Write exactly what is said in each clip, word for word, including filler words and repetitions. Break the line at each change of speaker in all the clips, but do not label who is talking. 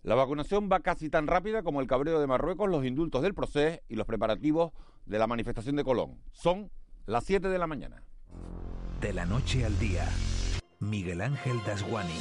La vacunación va casi tan rápida como el cabreo de Marruecos, los indultos del Procés y los preparativos de la manifestación de Colón. Son las siete de la mañana.
De la noche al día, Miguel Ángel Dasguani.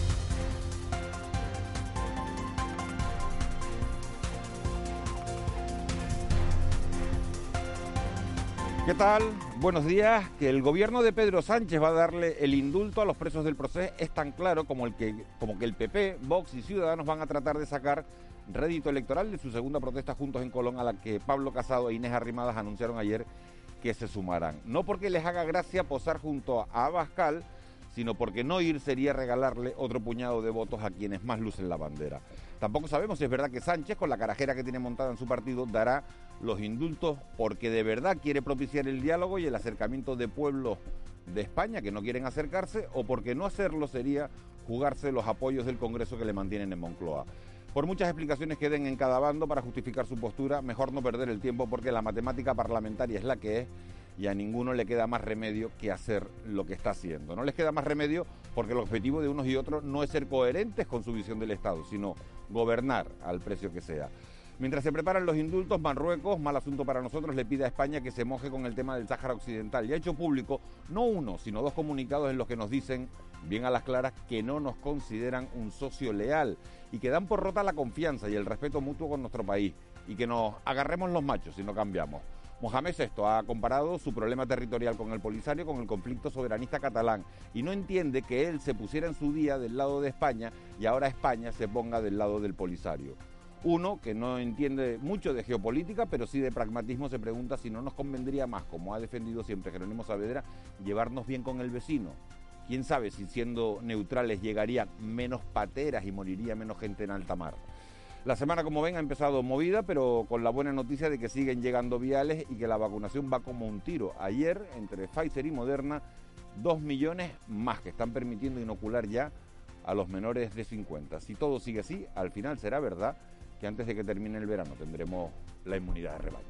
¿Qué tal? Buenos días. Que el gobierno de Pedro Sánchez va a darle el indulto a los presos del Procés es tan claro como, el que, como que el P P, Vox y Ciudadanos van a tratar de sacar rédito electoral de su segunda protesta juntos en Colón, a la que Pablo Casado e Inés Arrimadas anunciaron ayer que se sumarán. No porque les haga gracia posar junto a Abascal, sino porque no ir sería regalarle otro puñado de votos a quienes más lucen la bandera. Tampoco sabemos si es verdad que Sánchez, con la carajera que tiene montada en su partido, dará los indultos porque de verdad quiere propiciar el diálogo y el acercamiento de pueblos de España que no quieren acercarse, o porque no hacerlo sería jugarse los apoyos del Congreso que le mantienen en Moncloa. Por muchas explicaciones que den en cada bando para justificar su postura, mejor no perder el tiempo porque la matemática parlamentaria es la que es y a ninguno le queda más remedio que hacer lo que está haciendo. No les queda más remedio porque el objetivo de unos y otros no es ser coherentes con su visión del Estado, sino gobernar al precio que sea. Mientras se preparan los indultos, Marruecos, mal asunto para nosotros, le pide a España que se moje con el tema del Sáhara Occidental. Y ha hecho público no uno, sino dos comunicados en los que nos dicen, bien a las claras, que no nos consideran un socio leal y que dan por rota la confianza y el respeto mutuo con nuestro país y que nos agarremos los machos si no cambiamos. Mohamed sexto ha comparado su problema territorial con el Polisario con el conflicto soberanista catalán y no entiende que él se pusiera en su día del lado de España y ahora España se ponga del lado del Polisario. Uno que no entiende mucho de geopolítica, pero sí de pragmatismo, se pregunta si no nos convendría más, como ha defendido siempre Jerónimo Saavedra, llevarnos bien con el vecino. Quién sabe si siendo neutrales llegarían menos pateras y moriría menos gente en alta mar. La semana, como ven, ha empezado movida, pero con la buena noticia de que siguen llegando viales y que la vacunación va como un tiro. Ayer, entre Pfizer y Moderna, dos millones más que están permitiendo inocular ya a los menores de cincuenta. Si todo sigue así, al final será verdad que antes de que termine el verano tendremos la inmunidad de rebaño.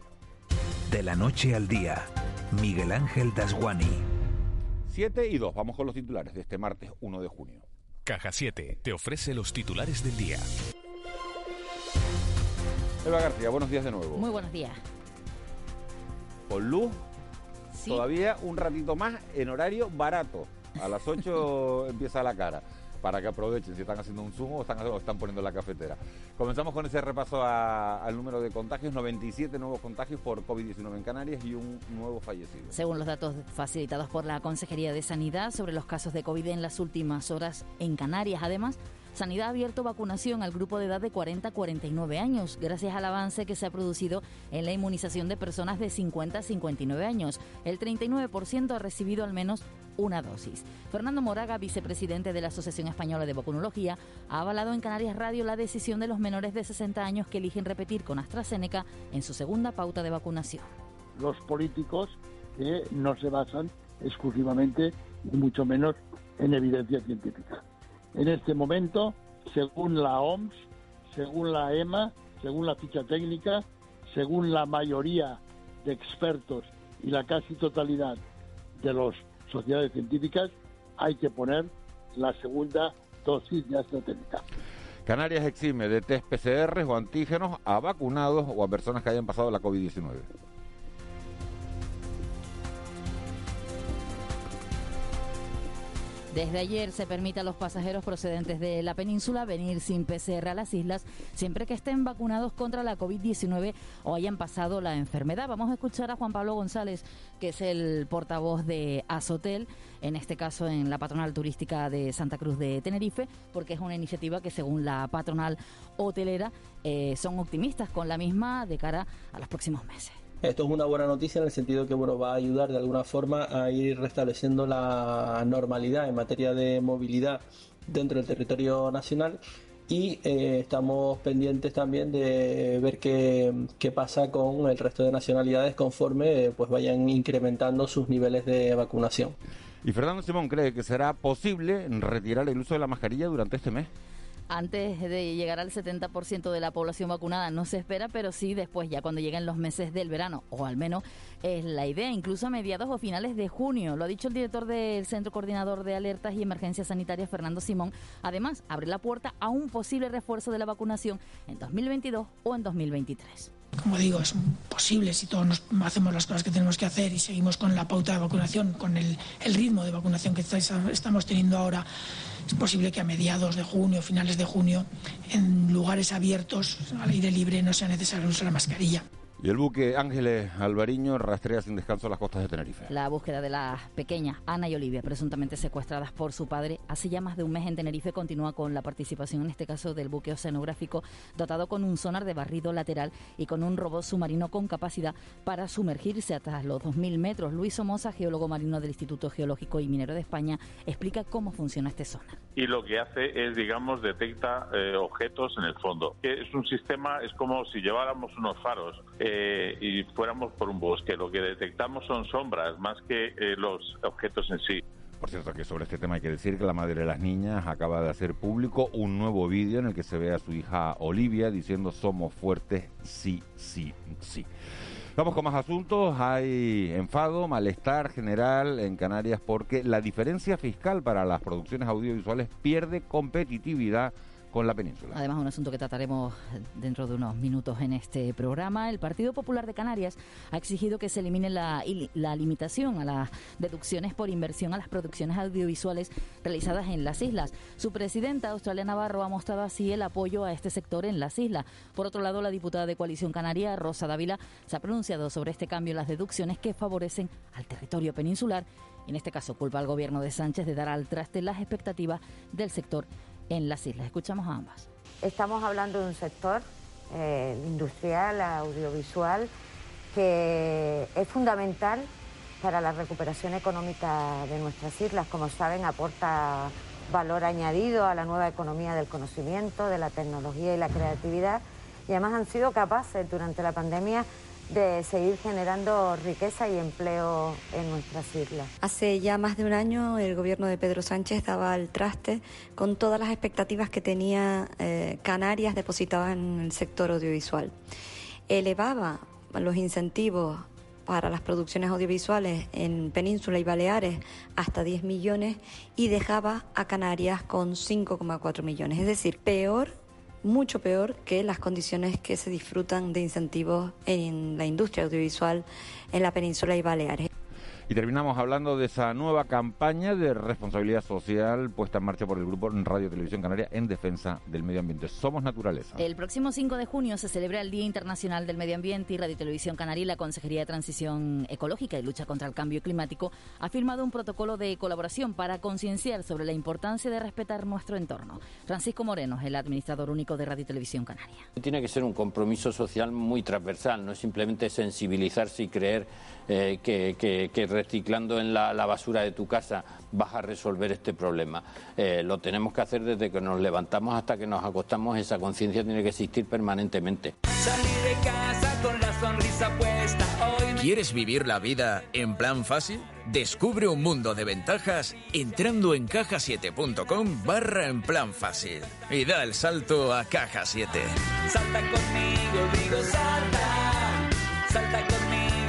De la noche al día, Miguel Ángel Dasguani.
siete y dos, vamos con los titulares de este martes uno de junio.
Caja siete te ofrece los titulares del día.
Eva García, buenos días de nuevo.
Muy buenos días.
Con luz,
Sí.
todavía un ratito más en horario barato. A las ocho empieza la cara, para que aprovechen si están haciendo un zumo o están, o están poniendo la cafetera. Comenzamos con ese repaso a, al número de contagios, noventa y siete nuevos contagios por COVID diecinueve en Canarias y un nuevo fallecido.
Según los datos facilitados por la Consejería de Sanidad sobre los casos de COVID en las últimas horas en Canarias, además, Sanidad ha abierto vacunación al grupo de edad de cuarenta a cuarenta y nueve años, gracias al avance que se ha producido en la inmunización de personas de cincuenta a cincuenta y nueve años. El treinta y nueve por ciento ha recibido al menos una dosis. Fernando Moraga, vicepresidente de la Asociación Española de Vacunología, ha avalado en Canarias Radio la decisión de los menores de sesenta años que eligen repetir con AstraZeneca en su segunda pauta de vacunación.
Los políticos que no se basan exclusivamente, ni mucho menos, en evidencia científica. En este momento, según la O M S, según la E M A, según la ficha técnica, según la mayoría de expertos y la casi totalidad de las sociedades científicas, hay que poner la segunda dosis de AstraZeneca.
Canarias exime de test P C R o antígenos a vacunados o a personas que hayan pasado la COVID diecinueve.
Desde ayer se permite a los pasajeros procedentes de la península venir sin P C R a las islas siempre que estén vacunados contra la COVID diecinueve o hayan pasado la enfermedad. Vamos a escuchar a Juan Pablo González, que es el portavoz de Asotel, en este caso en la patronal turística de Santa Cruz de Tenerife, porque es una iniciativa que, según la patronal hotelera, eh, son optimistas con la misma de cara a los próximos meses.
Esto es una buena noticia en el sentido que bueno, va a ayudar de alguna forma a ir restableciendo la normalidad en materia de movilidad dentro del territorio nacional y eh, estamos pendientes también de ver qué, qué pasa con el resto de nacionalidades conforme eh, pues vayan incrementando sus niveles de vacunación.
¿Y Fernando Simón cree que será posible retirar el uso de la mascarilla durante este mes?
Antes de llegar al setenta por ciento de la población vacunada no se espera, pero sí después, ya cuando lleguen los meses del verano, o al menos es la idea, incluso a mediados o finales de junio. Lo ha dicho el director del Centro Coordinador de Alertas y Emergencias Sanitarias, Fernando Simón. Además, abre la puerta a un posible refuerzo de la vacunación en dos mil veintidós o en dos mil veintitrés.
Como digo, es posible si todos nos hacemos las cosas que tenemos que hacer y seguimos con la pauta de vacunación, con el, el ritmo de vacunación que estáis, estamos teniendo ahora. Es posible que a mediados de junio, finales de junio, en lugares abiertos, al aire libre, no sea necesario usar la mascarilla.
Y el buque Ángeles Alvariño rastrea sin descanso las costas de Tenerife.
La búsqueda de las pequeñas Ana y Olivia, presuntamente secuestradas por su padre hace ya más de un mes en Tenerife, continúa con la participación, en este caso, del buque oceanográfico, dotado con un sonar de barrido lateral y con un robot submarino con capacidad para sumergirse hasta los dos mil metros. Luis Somoza, geólogo marino del Instituto Geológico y Minero de España, explica cómo funciona este sonar.
Y lo que hace es, digamos, detecta eh, objetos en el fondo. Es un sistema, es como si lleváramos unos faros eh, y fuéramos por un bosque. Lo que detectamos son sombras más que eh, los objetos en sí.
Por cierto, que sobre este tema hay que decir que la madre de las niñas acaba de hacer público un nuevo vídeo en el que se ve a su hija Olivia diciendo: somos fuertes, sí, sí, sí. Vamos con más asuntos. Hay enfado, malestar general en Canarias porque la diferencia fiscal para las producciones audiovisuales pierde competitividad con la península.
Además, un asunto que trataremos dentro de unos minutos en este programa. El Partido Popular de Canarias ha exigido que se elimine la, la limitación a las deducciones por inversión a las producciones audiovisuales realizadas en las islas. Su presidenta, Australia Navarro, ha mostrado así el apoyo a este sector en las islas. Por otro lado, la diputada de Coalición Canaria, Rosa Dávila, se ha pronunciado sobre este cambio en las deducciones que favorecen al territorio peninsular y en este caso culpa al gobierno de Sánchez de dar al traste las expectativas del sector en las islas. Escuchamos a ambas.
Estamos hablando de un sector eh, industrial, audiovisual, que es fundamental para la recuperación económica de nuestras islas. Como saben, aporta valor añadido a la nueva economía del conocimiento, de la tecnología y la creatividad, y además han sido capaces durante la pandemia de seguir generando riqueza y empleo en nuestras islas.
Hace ya más de un año el gobierno de Pedro Sánchez daba al traste con todas las expectativas que tenía eh, Canarias depositadas en el sector audiovisual. Elevaba los incentivos para las producciones audiovisuales en Península y Baleares hasta diez millones y dejaba a Canarias con cinco coma cuatro millones, es decir, peor, mucho peor que las condiciones que se disfrutan de incentivos en la industria audiovisual en la Península y Baleares.
Y terminamos hablando de esa nueva campaña de responsabilidad social puesta en marcha por el Grupo Radio Televisión Canaria en defensa del medio ambiente. Somos naturaleza.
El próximo cinco de junio se celebra el Día Internacional del Medio Ambiente y Radio Televisión Canaria y la Consejería de Transición Ecológica y Lucha contra el Cambio Climático ha firmado un protocolo de colaboración para concienciar sobre la importancia de respetar nuestro entorno. Francisco Moreno es el administrador único de Radio Televisión Canaria.
Tiene que ser un compromiso social muy transversal, no es simplemente sensibilizarse y creer eh, que, que, que reciclando en la, la basura de tu casa vas a resolver este problema. Eh, lo tenemos que hacer desde que nos levantamos hasta que nos acostamos. Esa conciencia tiene que existir permanentemente.
Salir de casa con la sonrisa puesta hoy.
¿Quieres vivir la vida en plan fácil? Descubre un mundo de ventajas entrando en caja siete punto com barra en plan fácil y da el salto a Caja siete.
Salta conmigo, digo salta, salta conmigo.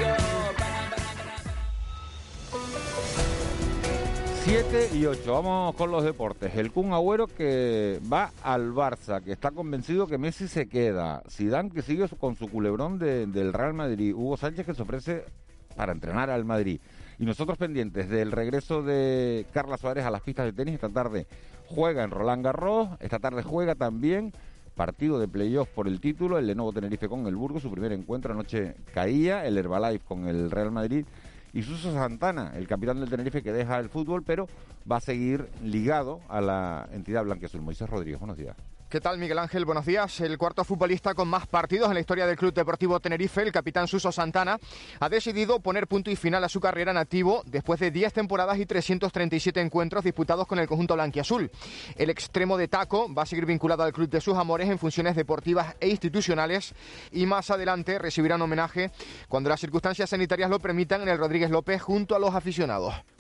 siete y ocho, vamos con los deportes. El Kun Agüero que va al Barça, que está convencido que Messi se queda. Zidane que sigue con su culebrón de, del Real Madrid. Hugo Sánchez que se ofrece para entrenar al Madrid. Y nosotros pendientes del regreso de Carla Suárez a las pistas de tenis. Esta tarde juega en Roland Garros, esta tarde juega también partido de playoff por el título, el Lenovo Tenerife con el Burgos, su primer encuentro anoche caía, el Herbalife con el Real Madrid. Y Suso Santana, el capitán del Tenerife que deja el fútbol, pero va a seguir ligado a la entidad blanquiazul. Moisés Rodríguez, buenos días.
¿Qué tal, Miguel Ángel? Buenos días. El cuarto futbolista con más partidos en la historia del Club Deportivo Tenerife, el capitán Suso Santana, ha decidido poner punto y final a su carrera en activo después de diez temporadas y trescientos treinta y siete encuentros disputados con el conjunto blanquiazul. El extremo de taco va a seguir vinculado al club de sus amores en funciones deportivas e institucionales y más adelante recibirán homenaje cuando las circunstancias sanitarias lo permitan en el Rodríguez López junto a los aficionados.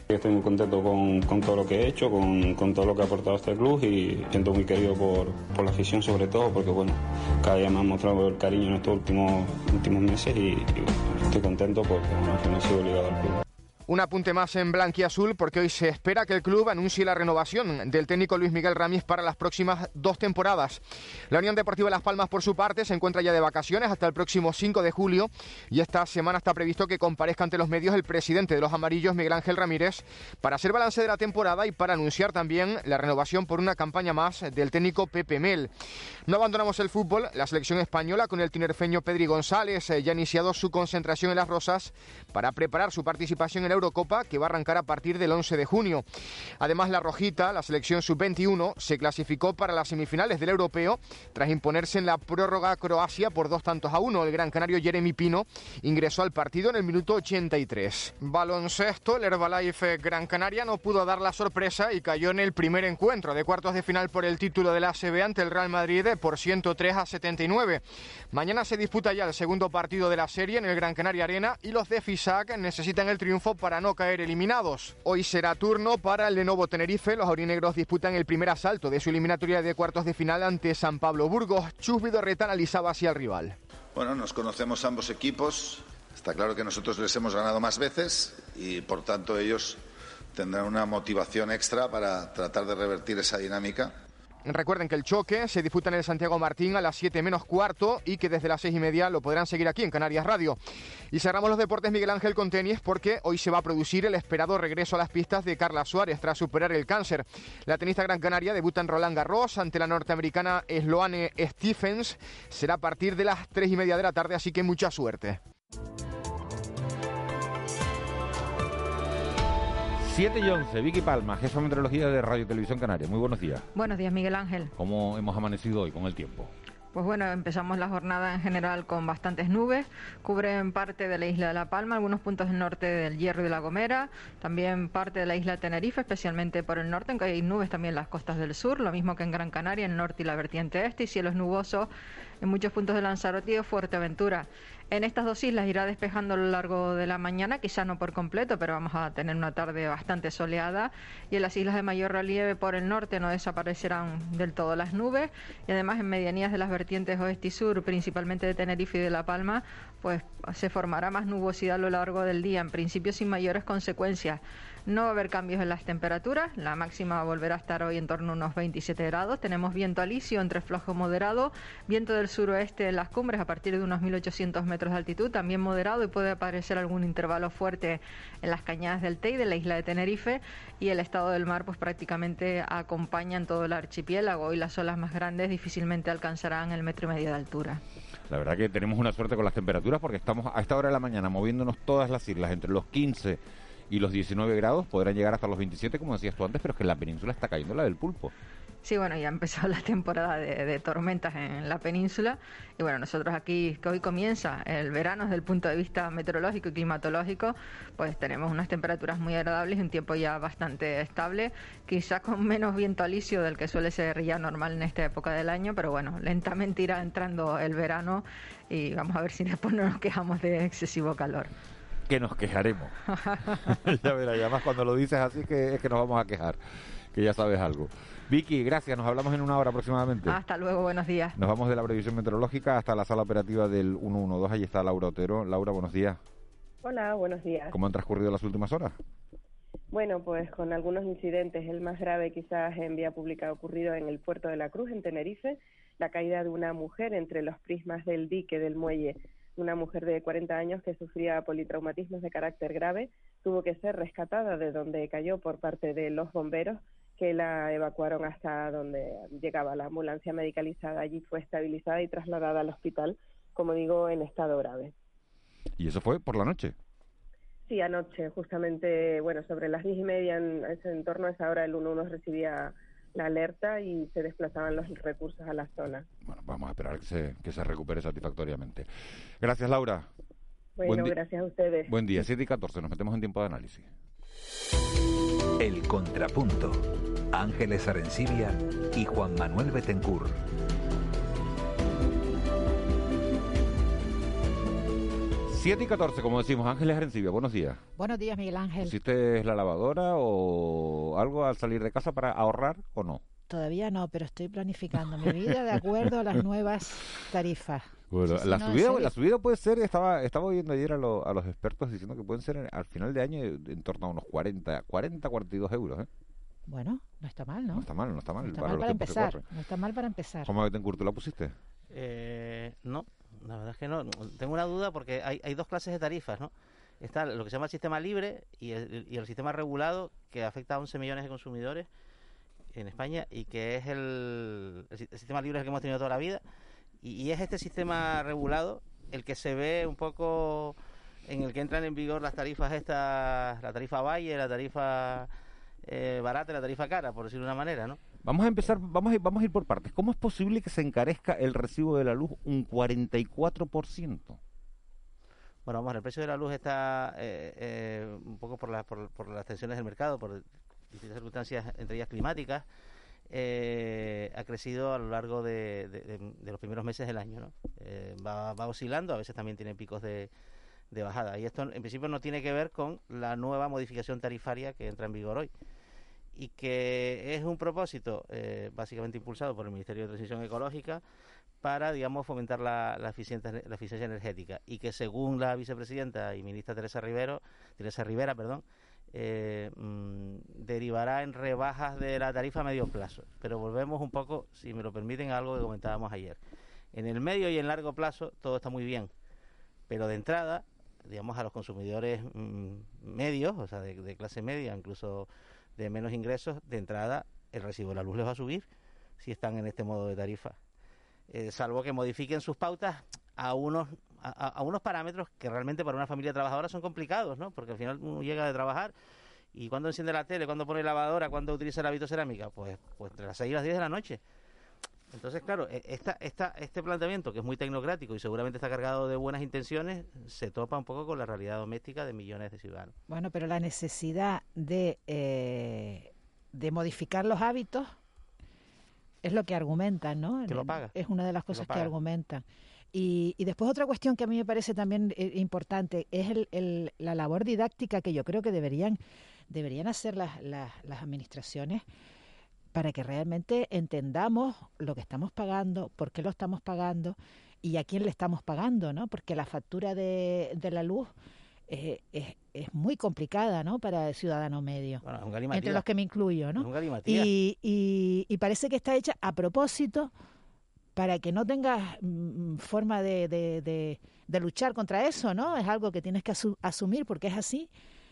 Estoy muy contento con, con todo lo que he hecho, con, con todo lo que ha aportado este club y siento muy querido por, por la afición sobre todo, porque bueno, cada día me han mostrado el cariño en estos últimos, últimos meses y, y bueno, estoy contento porque bueno, al final he sido obligado al club.
Un apunte más en blanquiazul porque hoy se espera que el club anuncie la renovación del técnico Luis Miguel Ramis para las próximas dos temporadas. La Unión Deportiva Las Palmas, por su parte, se encuentra ya de vacaciones hasta el próximo cinco de julio y esta semana está previsto que comparezca ante los medios el presidente de los amarillos, Miguel Ángel Ramírez, para hacer balance de la temporada y para anunciar también la renovación por una campaña más del técnico Pepe Mel. No abandonamos el fútbol. La selección española, con el tinerfeño Pedri González, eh, ya ha iniciado su concentración en Las Rozas para preparar su participación en la Eurocopa, que va a arrancar a partir del once de junio. Además, la rojita, la selección sub veintiuno, se clasificó para las semifinales del Europeo tras imponerse en la prórroga a Croacia por dos tantos a uno. El gran canario Jeremy Pino ingresó al partido en el minuto ochenta y tres. Baloncesto, el Herbalife Gran Canaria no pudo dar la sorpresa y cayó en el primer encuentro de cuartos de final por el título de la A C B ante el Real Madrid por ciento tres a setenta y nueve. Mañana se disputa ya el segundo partido de la serie en el Gran Canaria Arena y los de Fisac necesitan el triunfo para no caer eliminados. Hoy será turno para el Lenovo Tenerife. Los aurinegros disputan el primer asalto de su eliminatoria de cuartos de final ante San Pablo Burgos. Chus Vidorreta analizaba así al rival.
Bueno, nos conocemos ambos equipos. Está claro que nosotros les hemos ganado más veces y por tanto ellos tendrán una motivación extra para tratar de revertir esa dinámica.
Recuerden que el choque se disputa en el Santiago Martín a las siete menos cuarto y que desde las seis y media lo podrán seguir aquí en Canarias Radio. Y cerramos los deportes, Miguel Ángel, con tenis, porque hoy se va a producir el esperado regreso a las pistas de Carla Suárez tras superar el cáncer. La tenista gran canaria debuta en Roland Garros ante la norteamericana Sloane Stephens. Será a partir de las tres y media de la tarde, así que mucha suerte.
siete y once, Vicky Palma, jefa de meteorología de Radio Televisión Canaria. Muy buenos días.
Buenos días, Miguel Ángel.
¿Cómo hemos amanecido hoy con el tiempo?
Pues bueno, empezamos la jornada en general con bastantes nubes, cubren parte de la isla de La Palma, algunos puntos del norte del Hierro y de La Gomera, también parte de la isla de Tenerife, especialmente por el norte, aunque hay nubes también en las costas del sur, lo mismo que en Gran Canaria, en el norte y la vertiente este, y cielos nubosos en muchos puntos de Lanzarote y de Fuerteventura. En estas dos islas irá despejando a lo largo de la mañana, quizá no por completo, pero vamos a tener una tarde bastante soleada. Y en las islas de mayor relieve por el norte no desaparecerán del todo las nubes. Y además en medianías de las vertientes oeste y sur, principalmente de Tenerife y de La Palma, pues se formará más nubosidad a lo largo del día, en principio sin mayores consecuencias. No va a haber cambios en las temperaturas, la máxima volverá a estar hoy en torno a unos veintisiete grados. Tenemos viento alisio entre flojo y moderado, viento del suroeste en las cumbres a partir de unos mil ochocientos metros de altitud, también moderado, y puede aparecer algún intervalo fuerte en las cañadas del Tei de la isla de Tenerife, y el estado del mar pues prácticamente acompaña en todo el archipiélago, y las olas más grandes difícilmente alcanzarán el metro y medio de altura.
La verdad que tenemos una suerte con las temperaturas porque estamos a esta hora de la mañana moviéndonos todas las islas entre los quince y los diecinueve grados, podrán llegar hasta los veintisiete, como decías tú antes, pero es que en la península está cayendo la del pulpo.
Sí, bueno, ya empezó la temporada de, de tormentas en la península y bueno, nosotros aquí, que hoy comienza el verano desde el punto de vista meteorológico y climatológico, pues tenemos unas temperaturas muy agradables y un tiempo ya bastante estable, quizás con menos viento alisio del que suele ser ya normal en esta época del año, pero bueno, lentamente irá entrando el verano y vamos a ver si después no nos quejamos de excesivo calor.
Que nos quejaremos. Ya verás, y además cuando lo dices así que es que nos vamos a quejar, que ya sabes algo. Vicky, gracias, nos hablamos en una hora aproximadamente.
Hasta luego, buenos días.
Nos vamos de la previsión meteorológica hasta la sala operativa del ciento doce, allí está Laura Otero. Laura, buenos días.
Hola, buenos días.
¿Cómo han transcurrido las últimas horas?
Bueno, pues con algunos incidentes, el más grave quizás en vía pública ha ocurrido en el puerto de la Cruz, en Tenerife, la caída de una mujer entre los prismas del dique del muelle. Una mujer de cuarenta años que sufría politraumatismos de carácter grave tuvo que ser rescatada de donde cayó por parte de los bomberos, que la evacuaron hasta donde llegaba la ambulancia medicalizada. Allí fue estabilizada y trasladada al hospital, como digo, en estado grave.
¿Y eso fue por la noche?
Sí, anoche, justamente, bueno, sobre las diez y media, en, en torno a esa hora, el ciento doce recibía la alerta y se desplazaban los recursos a la zona.
Bueno, vamos a esperar que se, que se recupere satisfactoriamente. Gracias, Laura.
Bueno, gracias a ustedes.
Buen día, siete y catorce, nos metemos en tiempo de análisis.
El Contrapunto. Ángeles Arencibia y Juan Manuel
siete y catorce, como decimos. Ángeles Arencibia, buenos días.
Buenos días, Miguel Ángel.
¿Pusiste la lavadora o algo al salir de casa para ahorrar o no?
Todavía no, pero estoy planificando mi vida de acuerdo a las nuevas tarifas.
Bueno,
Sí, sí,
la,
no,
subida,
en
la
serio.
subida puede ser, estaba estaba oyendo ayer a, lo- a los expertos diciendo que pueden ser en- al final de año en torno a unos cuarenta, cuarenta, cuarenta y dos euros. ¿eh?
Bueno, no está mal, ¿no?
No está mal, no está mal.
No está
para
mal
los
para
tiempos que
empezar.
corren.
No está mal para empezar.
¿Cómo Betancourt, tú la pusiste?
Eh, no, la verdad es que no. Tengo una duda porque hay, hay dos clases de tarifas, ¿no? Está lo que se llama el sistema libre y el, y el sistema regulado, que afecta a once millones de consumidores en España, y que es el, el, si- el sistema libre es el que hemos tenido toda la vida, y, y es este sistema regulado el que se ve un poco en el que entran en vigor las tarifas estas, la tarifa Valle, la tarifa eh, barata y la tarifa cara, por decirlo de una manera, ¿no?
Vamos a empezar, vamos a, ir- vamos a ir por partes. ¿Cómo es posible que se encarezca el recibo de la luz un cuarenta y cuatro por ciento?
Bueno, vamos, a ver, el precio de la luz está eh, eh, un poco por, la- por, por las tensiones del mercado, por distintas circunstancias, entre ellas climáticas, eh, ha crecido a lo largo de, de- de- de los primeros meses del año, ¿no? Eh, va, va oscilando, a veces también tiene picos de, de bajada. Y esto, en principio, no tiene que ver con la nueva modificación tarifaria que entra en vigor hoy, y que es un propósito eh, básicamente impulsado por el Ministerio de Transición Ecológica para, digamos, fomentar la, la, eficiencia, la eficiencia energética, y que, según la vicepresidenta y ministra Teresa Rivero, Teresa Rivera, perdón, eh, mmm, derivará en rebajas de la tarifa a medio plazo. Pero volvemos un poco, si me lo permiten, a algo que comentábamos ayer. En el medio y en largo plazo todo está muy bien, pero de entrada, digamos, a los consumidores mmm, medios, o sea, de, de clase media, incluso de menos ingresos, de entrada el recibo de la luz les va a subir si están en este modo de tarifa. Eh, salvo que modifiquen sus pautas a unos a, a unos parámetros que realmente para una familia trabajadora son complicados, ¿no? Porque al final uno llega de trabajar y cuando enciende la tele, cuando pone lavadora, cuando utiliza la vitrocerámica, pues pues entre las seis y las diez de la noche. Entonces, claro, e- esta, esta, este planteamiento, que es muy tecnocrático y seguramente está cargado de buenas intenciones, se topa un poco con la realidad doméstica de millones de ciudadanos.
Bueno, pero la necesidad de, eh, de modificar los hábitos es lo que argumentan, ¿no?
Que lo paga.
Es una de las
Que lo
cosas que
paga.
argumentan. Y, y después otra cuestión que a mí me parece también eh, importante es el, el- la labor didáctica que yo creo que deberían, deberían hacer las, las, las administraciones para que realmente entendamos lo que estamos pagando, por qué lo estamos pagando y a quién le estamos pagando, ¿no? Porque la factura de, de la luz eh, es, es muy complicada, ¿no? Para el ciudadano medio,
Bueno, es un galimatías.
entre los que me incluyo, ¿no?
Es un galimatías.
Y, y, y parece que está hecha a propósito para que no tengas mm, forma de, de, de, de luchar contra eso, ¿no? Es algo que tienes que asu- asumir porque es así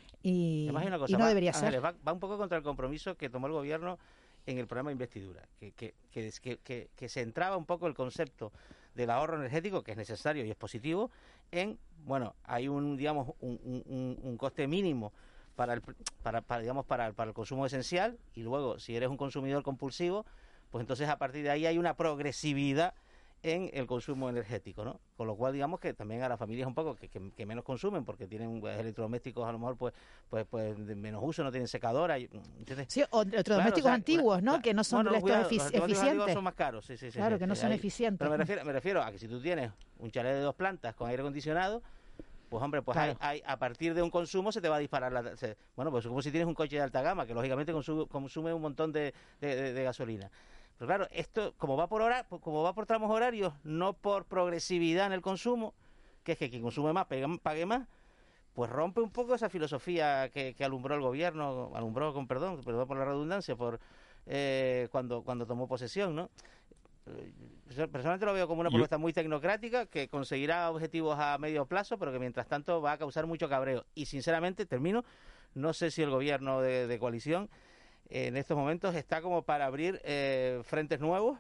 y,
Además, hay una cosa,
y no
va,
debería
Ángeles,
ser.
Va, va un poco contra el compromiso que tomó el gobierno en el programa de investidura, que, que, que, que, que, que centraba un poco el concepto del ahorro energético, que es necesario y es positivo, en, bueno, hay un, digamos, un, un, un coste mínimo para el, para, para, digamos, para, para el consumo esencial, y luego, si eres un consumidor compulsivo, pues entonces a partir de ahí hay una progresividad en el consumo energético, ¿no? Con lo cual, digamos que también a las familias un poco que, que, que menos consumen, porque tienen pues, electrodomésticos a lo mejor pues pues pues de menos uso, no tienen secadora, y- ¿entiendes?
Sí, o electrodomésticos
Claro, o sea,
antiguos, ¿no?
claro,
Que no son
bueno,
de estos
cuidado,
efici-
los electrodomésticos antiguos
eficientes.
son más caros, sí, sí, sí.
Claro,
sí,
que no
sí,
son
ahí-
eficientes.
Pero me refiero, me refiero a que si tú tienes un chalet de dos plantas con aire acondicionado, pues hombre, pues
Claro.
hay, hay- a partir de un consumo se te va a disparar la... se- bueno, pues es como si tienes un coche de alta gama, que lógicamente consume, consume un montón de, de- de- de gasolina. Pero claro, esto, como va por hora, como va por tramos horarios, no por progresividad en el consumo, que es que quien consume más pague, pague más, pues rompe un poco esa filosofía que, que alumbró el gobierno, alumbró con perdón, perdón por la redundancia, por eh, cuando, cuando tomó posesión, ¿no? Eh, Personalmente lo veo como una
Yo-
propuesta muy tecnocrática que conseguirá objetivos a medio plazo, pero que mientras tanto va a causar mucho cabreo. Y sinceramente, termino, no sé si el gobierno de, de coalición eh, en estos momentos está como para abrir eh, frentes nuevos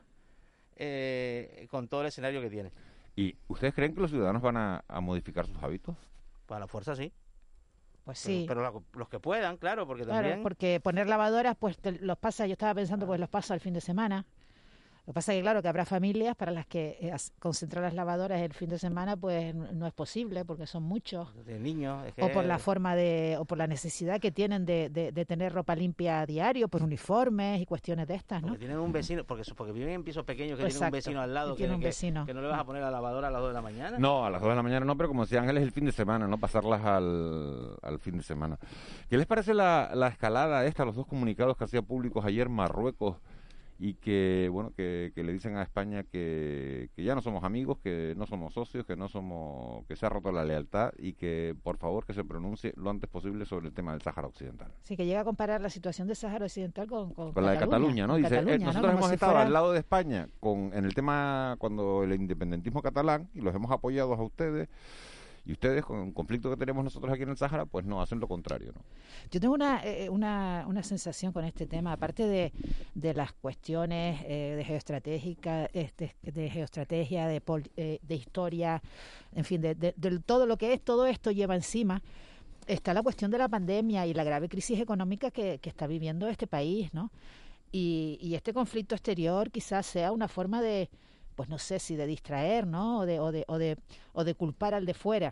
eh, con todo el escenario que tiene.
¿Y ustedes creen que los ciudadanos van a, a modificar sus hábitos?
Para la fuerza sí.
Pues
Pero-
sí.
Pero, la- los que puedan, claro, porque
Claro,
también...
porque poner lavadoras, pues te los pasa, yo estaba pensando, pues los paso al fin de semana. Lo que pasa es que, claro, que habrá familias para las que eh, concentrar las lavadoras el fin de semana pues no es posible porque son muchos.
De niños. Es que...
O por la forma de, o por la necesidad que tienen de, de, de tener ropa limpia a diario, por uniformes y cuestiones de estas, ¿no?
Porque tienen un vecino, porque, porque viven en pisos pequeños que
Exacto,
tienen un vecino al lado que,
un
que,
vecino.
que no le vas a poner la lavadora a las dos de la mañana.
No, a las dos de la mañana no, pero como decía Ángeles, el fin de semana, no pasarlas al, al fin de semana. ¿Qué les parece la, la escalada esta, los dos comunicados que hacía públicos ayer Marruecos y que, bueno, que, que le dicen a España que, que ya no somos amigos, que no somos socios, que no somos, que se ha roto la lealtad y que, por favor, que se pronuncie lo antes posible sobre el tema del Sáhara Occidental?
Sí, que llega a comparar la situación del Sáhara Occidental con, con,
con la de Cataluña, ¿no? Dice,
Cataluña,
eh,
¿no?
nosotros
Como
hemos
si
estado
fuera...
al lado de España con en el tema cuando el independentismo catalán y los hemos apoyado a ustedes. Y ustedes, con el conflicto que tenemos nosotros aquí en el Sáhara, pues no, hacen lo contrario, ¿no?
Yo tengo una, eh, una, una sensación con este tema, aparte de, de las cuestiones eh, de geoestratégica, este, de geoestrategia, de, pol, eh, de historia, en fin, de, de, de todo lo que es, todo esto lleva encima, está la cuestión de la pandemia y la grave crisis económica que, que está viviendo este país, ¿no? Y, y este conflicto exterior quizás sea una forma de... pues no sé si de distraer, ¿no? O de, o de, o de, o de culpar al de fuera.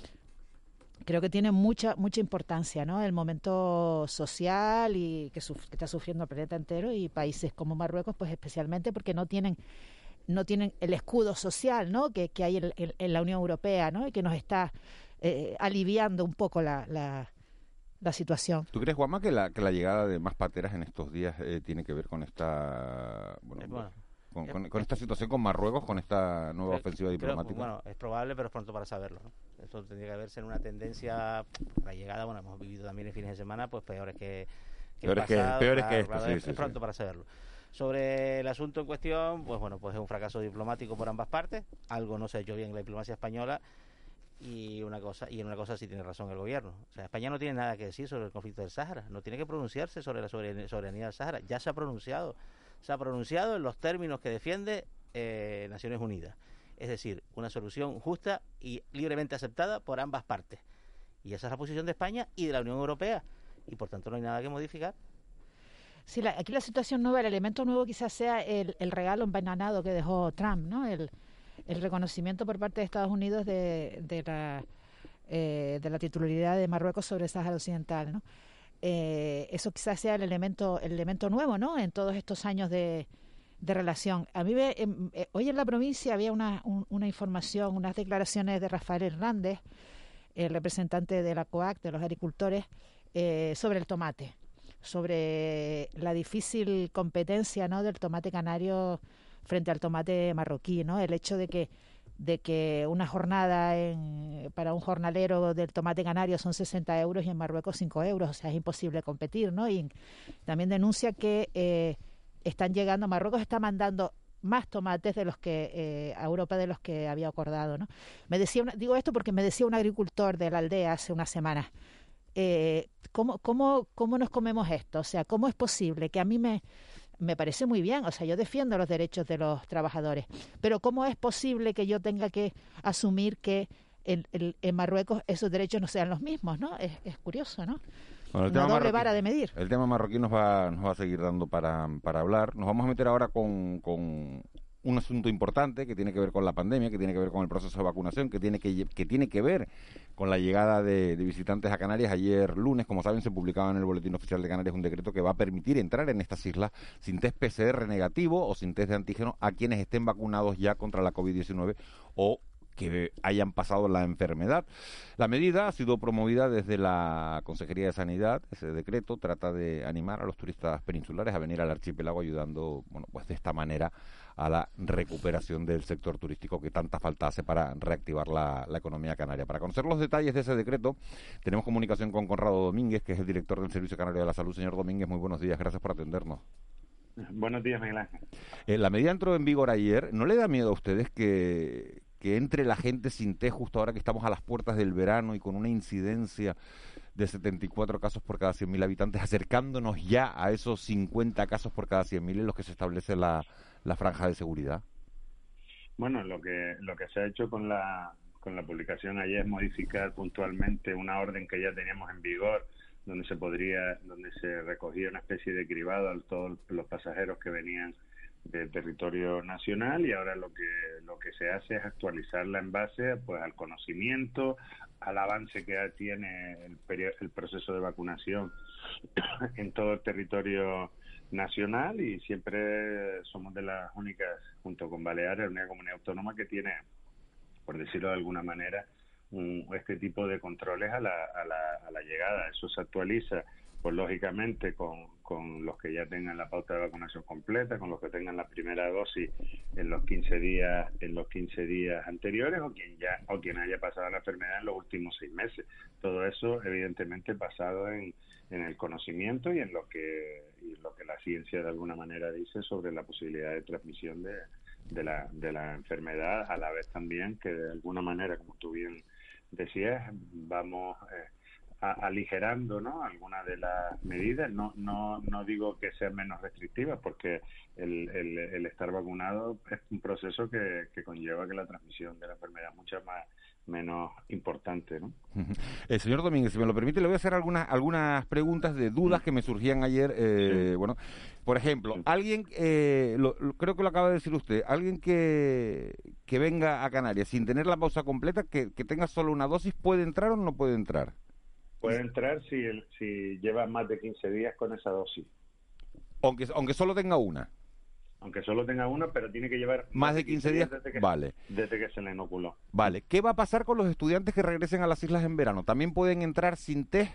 Creo que tiene mucha mucha importancia, ¿no? El momento social y que, suf- que está sufriendo el planeta entero y países como Marruecos, pues especialmente porque no tienen no tienen el escudo social, ¿no? Que, que hay en, en, en la Unión Europea, ¿no? Y que nos está eh, aliviando un poco la, la la situación.
¿Tú crees, Juanma, que la que la llegada de más pateras en estos días eh, tiene que ver con esta bueno,
Eh, bueno.
Con, con, con esta situación con Marruecos, con esta nueva
Creo,
ofensiva
creo,
diplomática?
Bueno, es probable, pero es pronto para saberlo, ¿no? Esto tendría que verse en una tendencia, la llegada, bueno, hemos vivido también en fines de semana, pues peores que, que
peores
el pasado,
que, peores
claro,
que esto,
claro,
sí,
es,
sí,
es pronto
sí.
para saberlo. Sobre el asunto en cuestión, pues bueno, pues es un fracaso diplomático por ambas partes, algo no se ha hecho bien en la diplomacia española, y una cosa y en una cosa sí tiene razón el gobierno. O sea, España no tiene nada que decir sobre el conflicto del Sáhara, no tiene que pronunciarse sobre la soberanía del Sáhara, ya se ha pronunciado, se ha pronunciado en los términos que defiende Eh, Naciones Unidas, es decir, una solución justa y libremente aceptada por ambas partes, y esa es la posición de España y de la Unión Europea, y por tanto no hay nada que modificar.
Sí, la, aquí la situación nueva, el elemento nuevo quizás sea el, el regalo envenenado que dejó Trump, ¿no? El, el reconocimiento por parte de Estados Unidos de, de la eh, de la titularidad de Marruecos sobre el Sáhara Occidental, ¿no? Eh, eso quizás sea el elemento el elemento nuevo, ¿no? En todos estos años de de relación. A mí me, eh, hoy en la provincia había una, un, una información, unas declaraciones de Rafael Hernández, el representante de la COAC, de los agricultores, eh, sobre el tomate, sobre la difícil competencia, ¿no?, del tomate canario frente al tomate marroquí, ¿no? El hecho de que de que una jornada en, para un jornalero del tomate canario son sesenta euros y en Marruecos cinco euros, o sea, es imposible competir, ¿no? Y también denuncia que eh, están llegando, Marruecos está mandando más tomates de los que eh, a Europa de los que había acordado, ¿no? Me decía una, digo esto porque me decía un agricultor de la aldea hace unas semanas, eh, ¿cómo, cómo, ¿cómo nos comemos esto? O sea, ¿cómo es posible que a mí me, me parece muy bien, o sea, yo defiendo los derechos de los trabajadores, pero ¿cómo es posible que yo tenga que asumir que en, en, en Marruecos esos derechos no sean los mismos, ¿no? Es, es curioso, ¿no?
Bueno, el
Una
tema
doble
marroquí,
vara de medir.
El tema marroquí nos va, nos va a seguir dando para, para hablar. Nos vamos a meter ahora con, con un asunto importante que tiene que ver con la pandemia, que tiene que ver con el proceso de vacunación, que tiene que, que, tiene que ver con la llegada de, de visitantes a Canarias. Ayer lunes, como saben, se publicaba en el Boletín Oficial de Canarias un decreto que va a permitir entrar en estas islas sin test P C R negativo o sin test de antígeno a quienes estén vacunados ya contra la COVID diecinueve o que hayan pasado la enfermedad. La medida ha sido promovida desde la Consejería de Sanidad. Ese decreto trata de animar a los turistas peninsulares a venir al archipiélago, ayudando, bueno, pues de esta manera a la recuperación del sector turístico que tanta falta hace para reactivar la, la economía canaria. Para conocer los detalles de ese decreto, tenemos comunicación con Conrado Domínguez, que es el director del Servicio Canario de la Salud. Señor Domínguez, muy buenos días, gracias por atendernos.
Buenos días, Miguel Ángel.
Eh, la medida entró en vigor ayer. ¿No le da miedo a ustedes que... que entre la gente sin test justo ahora que estamos a las puertas del verano y con una incidencia de setenta y cuatro casos por cada cien mil habitantes, acercándonos ya a esos cincuenta casos por cada cien mil en los que se establece la, la franja de seguridad?
Bueno, lo que lo que se ha hecho con la con la publicación ayer es modificar puntualmente una orden que ya teníamos en vigor, donde se podría donde se recogía una especie de cribado a todos los pasajeros que venían de territorio nacional, y ahora lo que lo que se hace es actualizarla en base pues al conocimiento, al avance que tiene el, periodo, el proceso de vacunación en todo el territorio nacional, y siempre somos de las únicas, junto con Baleares, la única comunidad autónoma que tiene, por decirlo de alguna manera, un, este tipo de controles a la, a la, a la llegada. Eso se actualiza, pues lógicamente con, con los que ya tengan la pauta de vacunación completa, con los que tengan la primera dosis en los quince días en los quince días anteriores, o quien ya o quien haya pasado la enfermedad en los últimos seis meses. Todo eso evidentemente basado en, en el conocimiento y en lo que y lo que la ciencia de alguna manera dice sobre la posibilidad de transmisión de, de la de la enfermedad, a la vez también que de alguna manera, como tú bien decías, vamos eh, aligerando, ¿no?, algunas de las medidas. No no no digo que sean menos restrictivas, porque el, el, el estar vacunado es un proceso que, que conlleva que la transmisión de la enfermedad es mucho más menos importante, ¿no?
Eh, señor Domínguez, si me lo permite, le voy a hacer algunas algunas preguntas de dudas que me surgían ayer. Eh, sí. Bueno, por ejemplo, sí. alguien, eh, lo, lo, creo que lo acaba de decir usted, alguien que que venga a Canarias sin tener la pausa completa, que, que tenga solo una dosis, ¿puede entrar o no puede entrar?
Puede entrar si el, si lleva más de quince días con esa dosis.
Aunque aunque solo tenga una.
Aunque solo tenga una, pero tiene que llevar
más, más de quince días,
desde que,
vale.
desde que se le inoculó.
Vale. ¿Qué va a pasar con los estudiantes que regresen a las islas en verano? ¿También pueden entrar sin test?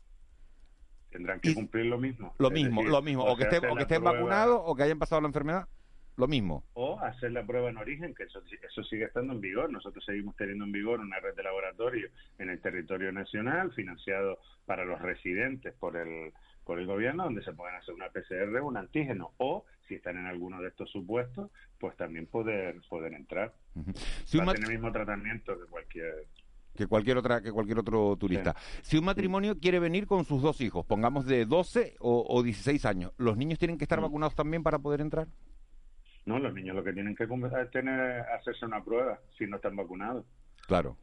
Tendrán que y cumplir lo mismo.
Lo mismo, decir, lo mismo. O, o que estén, o que estén prueba... vacunados o que hayan pasado la enfermedad. Lo mismo.
O hacer la prueba en origen, que eso, eso sigue estando en vigor. Nosotros seguimos teniendo en vigor una red de laboratorio en el territorio nacional, financiado para los residentes por el por el gobierno, donde se pueden hacer una P C R, un antígeno, o si están en alguno de estos supuestos, pues también poder poder entrar. Uh-huh. Si Va a tener el mismo tratamiento que cualquier
que cualquier otra que cualquier otro turista. Sí. Si un matrimonio sí. quiere venir con sus dos hijos, pongamos de doce o, o dieciséis años, ¿los niños tienen que estar uh-huh. vacunados también para poder entrar?
No, los niños lo que tienen que tener es hacerse una prueba si no están vacunados.
Claro.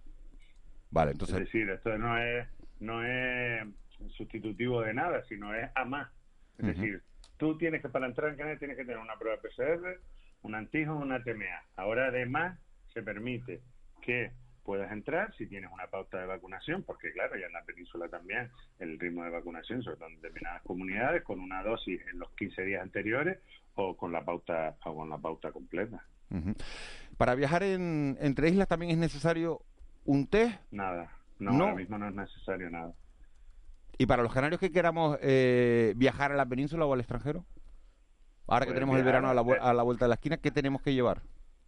Vale, entonces.
Es decir, esto no es no es sustitutivo de nada, sino es a más. Es uh-huh. decir, tú tienes que, para entrar en Canarias, tienes que tener una prueba P C R, un antígeno, una T M A. Ahora, además, se permite que puedas entrar si tienes una pauta de vacunación, porque claro, ya en la península también el ritmo de vacunación, sobre todo en determinadas comunidades, con una dosis en los quince días anteriores o con la pauta o con la pauta completa.
Uh-huh. Para viajar en, entre islas también es necesario un test.
Nada, no, no, ahora mismo no es necesario nada.
¿Y para los canarios que queramos eh, viajar a la península o al extranjero? Ahora que tenemos el verano a la, a la vuelta de la esquina, ¿qué tenemos que llevar?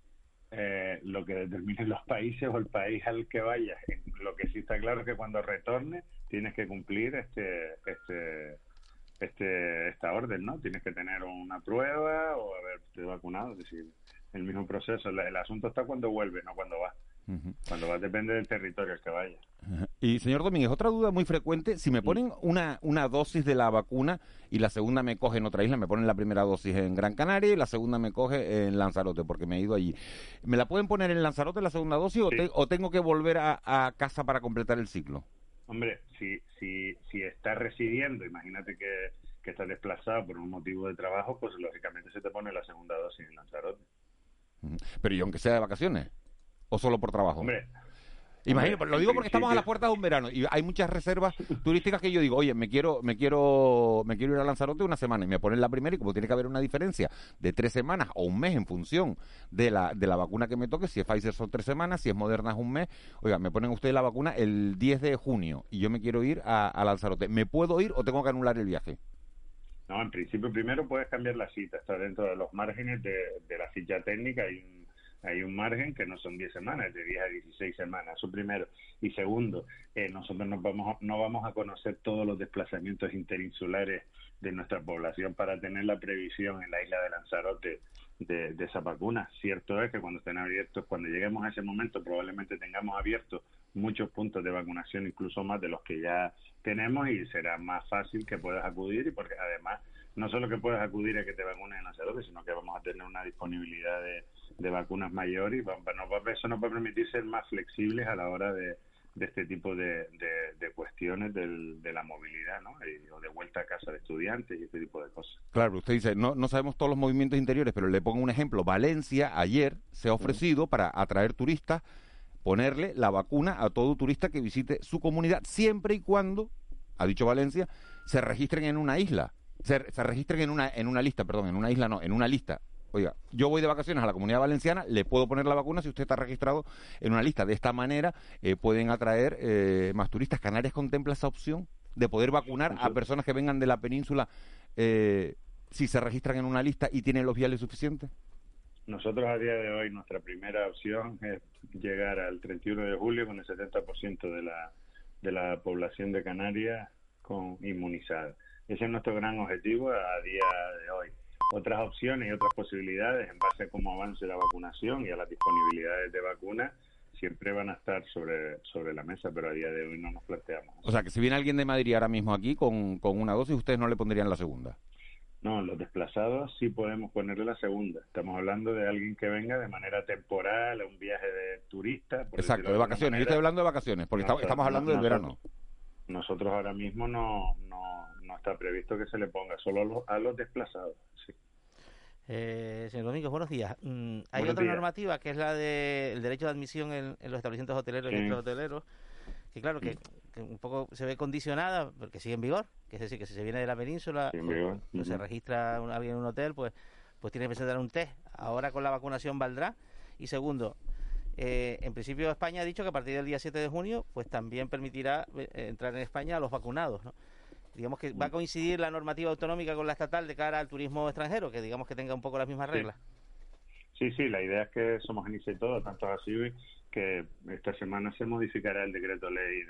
Eh, lo que determinen los países o el país al que vayas. Lo que sí está claro es que cuando retorne tienes que cumplir este este este esta orden, ¿no? Tienes que tener una prueba o haberte vacunado, es decir, el mismo proceso. El, el asunto está cuando vuelve, no cuando va. Uh-huh. Cuando va depende del territorio al que vaya.
Uh-huh. Y señor Domínguez, otra duda muy frecuente, si me ponen una una dosis de la vacuna y la segunda me coge en otra isla, me ponen la primera dosis en Gran Canaria y la segunda me coge en Lanzarote, porque me he ido allí. ¿Me la pueden poner en Lanzarote la segunda dosis sí. o, te, o tengo que volver a, a casa para completar el ciclo?
Hombre, si si si estás residiendo, imagínate que, que estás desplazado por un motivo de trabajo, pues lógicamente se te pone la segunda dosis en Lanzarote.
Uh-huh. Pero ¿y aunque sea de vacaciones? ¿O solo por trabajo?
Hombre,
Imagino,
hombre,
lo digo porque estamos a las puertas de un verano y hay muchas reservas turísticas que yo digo, oye, me quiero me quiero me quiero ir a Lanzarote una semana y me ponen la primera, y como tiene que haber una diferencia de tres semanas o un mes en función de la de la vacuna que me toque, si es Pfizer son tres semanas, si es Moderna es un mes, oiga, me ponen ustedes la vacuna el diez de junio y yo me quiero ir a, a Lanzarote, ¿me puedo ir o tengo que anular el viaje?
No, en principio primero puedes cambiar la cita, está dentro de los márgenes de, de la ficha técnica, hay un Hay un margen que no son diez semanas, de diez a dieciséis semanas, eso primero. Y segundo, eh, nosotros no vamos, no vamos a conocer todos los desplazamientos interinsulares de nuestra población para tener la previsión en la isla de Lanzarote de, de esa vacuna. Cierto es que cuando estén abiertos, cuando lleguemos a ese momento, probablemente tengamos abiertos muchos puntos de vacunación, incluso más de los que ya tenemos, y será más fácil que puedas acudir, y porque además no solo que puedas acudir a que te vacunen en Lanzarote, sino que vamos a tener una disponibilidad de de vacunas mayor y va, no va, eso nos va a permitir ser más flexibles a la hora de, de este tipo de, de, de cuestiones del, de la movilidad, ¿no? Y, o de vuelta a casa de estudiantes y este tipo de cosas.
Claro, usted dice, no, no sabemos todos los movimientos interiores, pero le pongo un ejemplo. Valencia ayer se ha ofrecido mm. para atraer turistas, ponerle la vacuna a todo turista que visite su comunidad, siempre y cuando, ha dicho Valencia, se registren en una isla, se, se registren en una, en una lista, perdón, en una isla no, en una lista. Oiga, yo voy de vacaciones a la Comunidad Valenciana, le puedo poner la vacuna si usted está registrado en una lista. De esta manera eh, pueden atraer eh, más turistas. ¿Canarias contempla esa opción de poder vacunar a personas que vengan de la península eh, si se registran en una lista y tienen los viales suficientes?
Nosotros a día de hoy nuestra primera opción es llegar al treinta y uno de julio con el setenta por ciento de la, de la población de Canarias con inmunizada. Ese es nuestro gran objetivo a día de hoy. Otras opciones y otras posibilidades en base a cómo avance la vacunación y a las disponibilidades de vacunas siempre van a estar sobre sobre la mesa, pero a día de hoy no nos planteamos.
O sea, que si viene alguien de Madrid ahora mismo aquí con, con una dosis, ¿ustedes no le pondrían la segunda?
No, los desplazados sí podemos ponerle la segunda. Estamos hablando de alguien que venga de manera temporal, a un viaje de turista.
Exacto, de vacaciones. Manera. Yo estoy hablando de vacaciones, porque no, estamos hablando no, del verano.
Nosotros ahora mismo no, no, no está previsto que se le ponga, solo a los, a los desplazados, sí.
Eh, señor Domínguez, buenos días. Mm, hay
buenos
otra
días.
normativa que es la del de derecho de admisión en, en los establecimientos hoteleros sí. y hoteleros, que claro, que, que un poco se ve condicionada porque sigue en vigor, que es decir, que si se viene de la península,
sí,
pues, pues uh-huh. se registra un, alguien en un hotel, pues, pues tiene que presentar un test. Ahora con la vacunación valdrá. Y segundo, eh, en principio España ha dicho que a partir del día siete de junio, pues también permitirá eh, entrar en España a los vacunados, ¿no? Digamos que va a coincidir la normativa autonómica con la estatal de cara al turismo extranjero, que digamos que tenga un poco las mismas reglas.
Sí, sí, sí, la idea es que somos homogeneice todo, tanto así que esta semana se modificará el decreto ley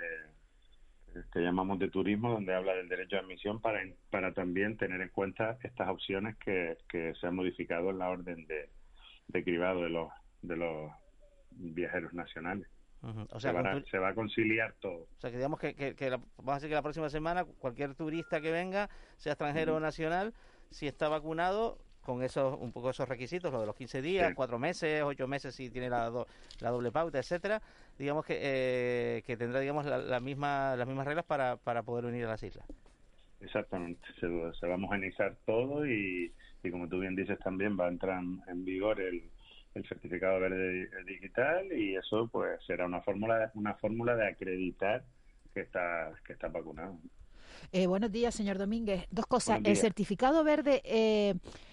de que llamamos de turismo, donde habla del derecho de admisión para para también tener en cuenta estas opciones que, que se han modificado en la orden de, de cribado de los de los viajeros nacionales. Uh-huh. O sea, se, va a, tu... se va a conciliar todo.
O sea, que digamos que, que, que la, vamos a decir que la próxima semana cualquier turista que venga, sea extranjero uh-huh. o nacional, si está vacunado con esos un poco esos requisitos, lo de los quince días, sí. cuatro meses, ocho meses si tiene la, do, la doble pauta, etcétera, digamos que eh, que tendrá digamos la, la misma las mismas reglas para, para poder venir a las islas.
Exactamente, se, se va a homogeneizar todo y, y como tú bien dices también va a entrar en vigor el el certificado verde digital y eso pues será una fórmula una fórmula de acreditar que está que está vacunado.
Eh, buenos días, señor Domínguez. Dos cosas. ¿El certificado verde eh,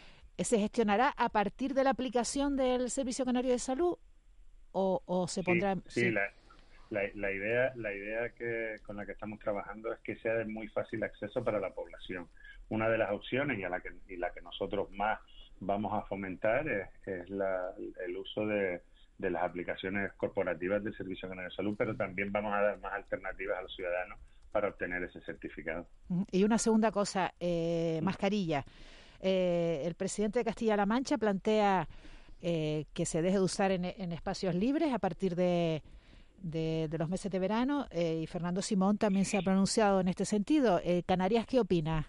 se gestionará a partir de la aplicación del Servicio Canario de Salud o, o se pondrá?
Sí, sí, sí. La, la, la idea la idea que con la que estamos trabajando es que sea de muy fácil acceso para la población. Una de las opciones y a la que y la que nosotros más vamos a fomentar es, es la, el uso de, de las aplicaciones corporativas del Servicio Canario de Salud, pero también vamos a dar más alternativas a los ciudadanos para obtener ese certificado.
Y una segunda cosa, eh, mascarilla. Eh, el presidente de Castilla-La Mancha plantea eh, que se deje de usar en, en espacios libres a partir de, de, de los meses de verano eh, y Fernando Simón también se ha pronunciado en este sentido. Eh, Canarias, ¿qué opina?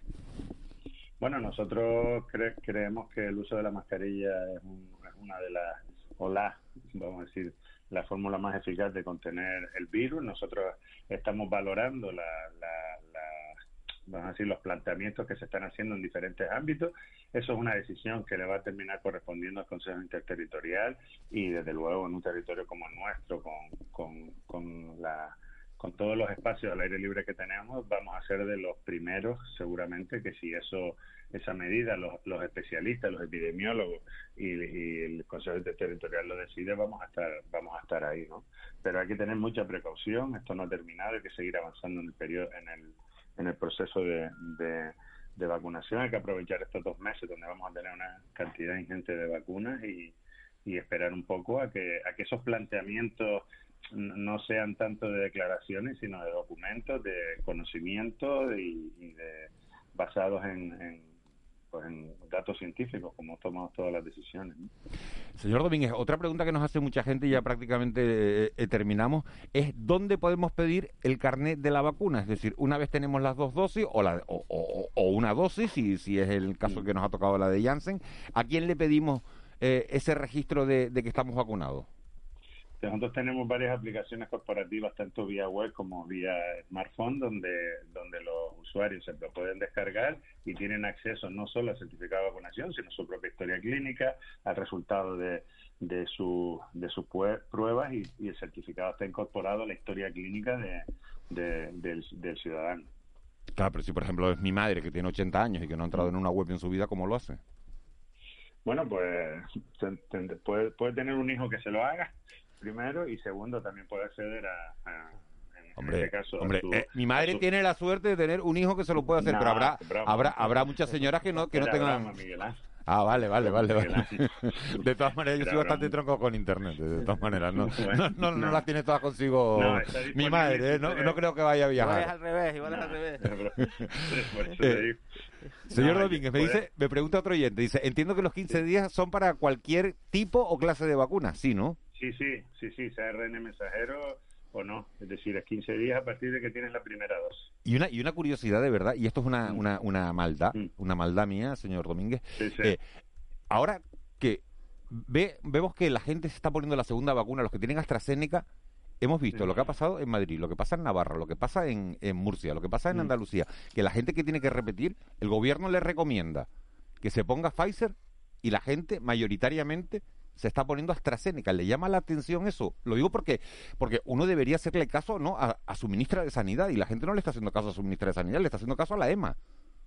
Bueno, nosotros cre- creemos que el uso de la mascarilla es, un, es una de las, o la, vamos a decir, la fórmula más eficaz de contener el virus. Nosotros estamos valorando la, la, la, vamos a decir, los planteamientos que se están haciendo en diferentes ámbitos. Eso es una decisión que le va a terminar correspondiendo al Consejo Interterritorial y, desde luego, en un territorio como el nuestro, con, con, con la... con todos los espacios al aire libre que tenemos, vamos a ser de los primeros, seguramente, que si eso esa medida los, los especialistas, los epidemiólogos y, y el Consejo Territorial lo decide, vamos a estar vamos a estar ahí, ¿no? Pero hay que tener mucha precaución, esto no ha terminado, hay que seguir avanzando en el periodo, en el en el proceso de, de, de vacunación, hay que aprovechar estos dos meses donde vamos a tener una cantidad ingente de vacunas y, y esperar un poco a que a que esos planteamientos no sean tanto de declaraciones, sino de documentos, de conocimiento y, y de basados en, en, pues en datos científicos, como tomamos todas las decisiones, ¿no?
Señor Domínguez, otra pregunta que nos hace mucha gente y ya prácticamente eh, terminamos, es ¿dónde podemos pedir el carnet de la vacuna? Es decir, una vez tenemos las dos dosis o, la, o, o, o una dosis, si, si es el caso que nos ha tocado la de Janssen, ¿a quién le pedimos eh, ese registro de, de que estamos vacunados?
nosotros tenemos varias aplicaciones corporativas, tanto vía web como vía smartphone, donde, donde los usuarios se lo pueden descargar y tienen acceso no solo al certificado de vacunación, sino a su propia historia clínica, al resultado de, de, su, de sus pruebas y, y el certificado está incorporado a la historia clínica de, de, del, del ciudadano.
Claro, pero si por ejemplo es mi madre que tiene ochenta años y que no ha entrado en una web en su vida, ¿cómo lo hace?
Bueno, pues puede, puede tener un hijo que se lo haga primero y segundo también puede acceder a, a en,
hombre,
en este caso
hombre,
a su,
eh, mi madre
a su...
tiene la suerte de tener un hijo que se lo puede hacer,
No,
pero habrá
broma,
habrá habrá muchas señoras que no que no
Era
tengan
broma, Miguel Ángel.
Ah, vale, vale, vale, vale.
Ángel.
De todas maneras, yo
Era
soy bastante
broma.
tronco con internet, de todas maneras. No,
Bueno,
no, no, no
no.
las tiene todas consigo
No, está
mi
disponible
madre, ¿eh?
si
no,
quiere.
no creo que vaya a
Igual es
viajar.
al revés, igual es
No.
al revés.
Por eso
Eh,
le digo.
Señor
No,
Domínguez, me
puede-
dice, me pregunta otro oyente, dice, entiendo que los quince días son para cualquier tipo o clase de vacuna, sí, ¿no?
Sí, sí, sí, sí, sea R N mensajero o no. Es decir, es quince días a partir de que tienes la primera dosis.
Y una y una curiosidad de verdad, y esto es una, una, una maldad, una maldad mía, señor Domínguez.
Sí, sí.
Eh, ahora que ve, vemos que la gente se está poniendo la segunda vacuna, los que tienen AstraZeneca, hemos visto
Sí.
lo que ha pasado en Madrid, lo que pasa en Navarra, lo que pasa en, en Murcia, lo que pasa en
Mm.
Andalucía, que la gente que tiene que repetir, el gobierno le recomienda que se ponga Pfizer y la gente mayoritariamente se está poniendo AstraZeneca. ¿Le llama la atención eso? Lo digo porque porque uno debería hacerle caso no a, a su ministra de Sanidad y la gente no le está haciendo caso a su ministra de Sanidad, le está haciendo caso a la E M A.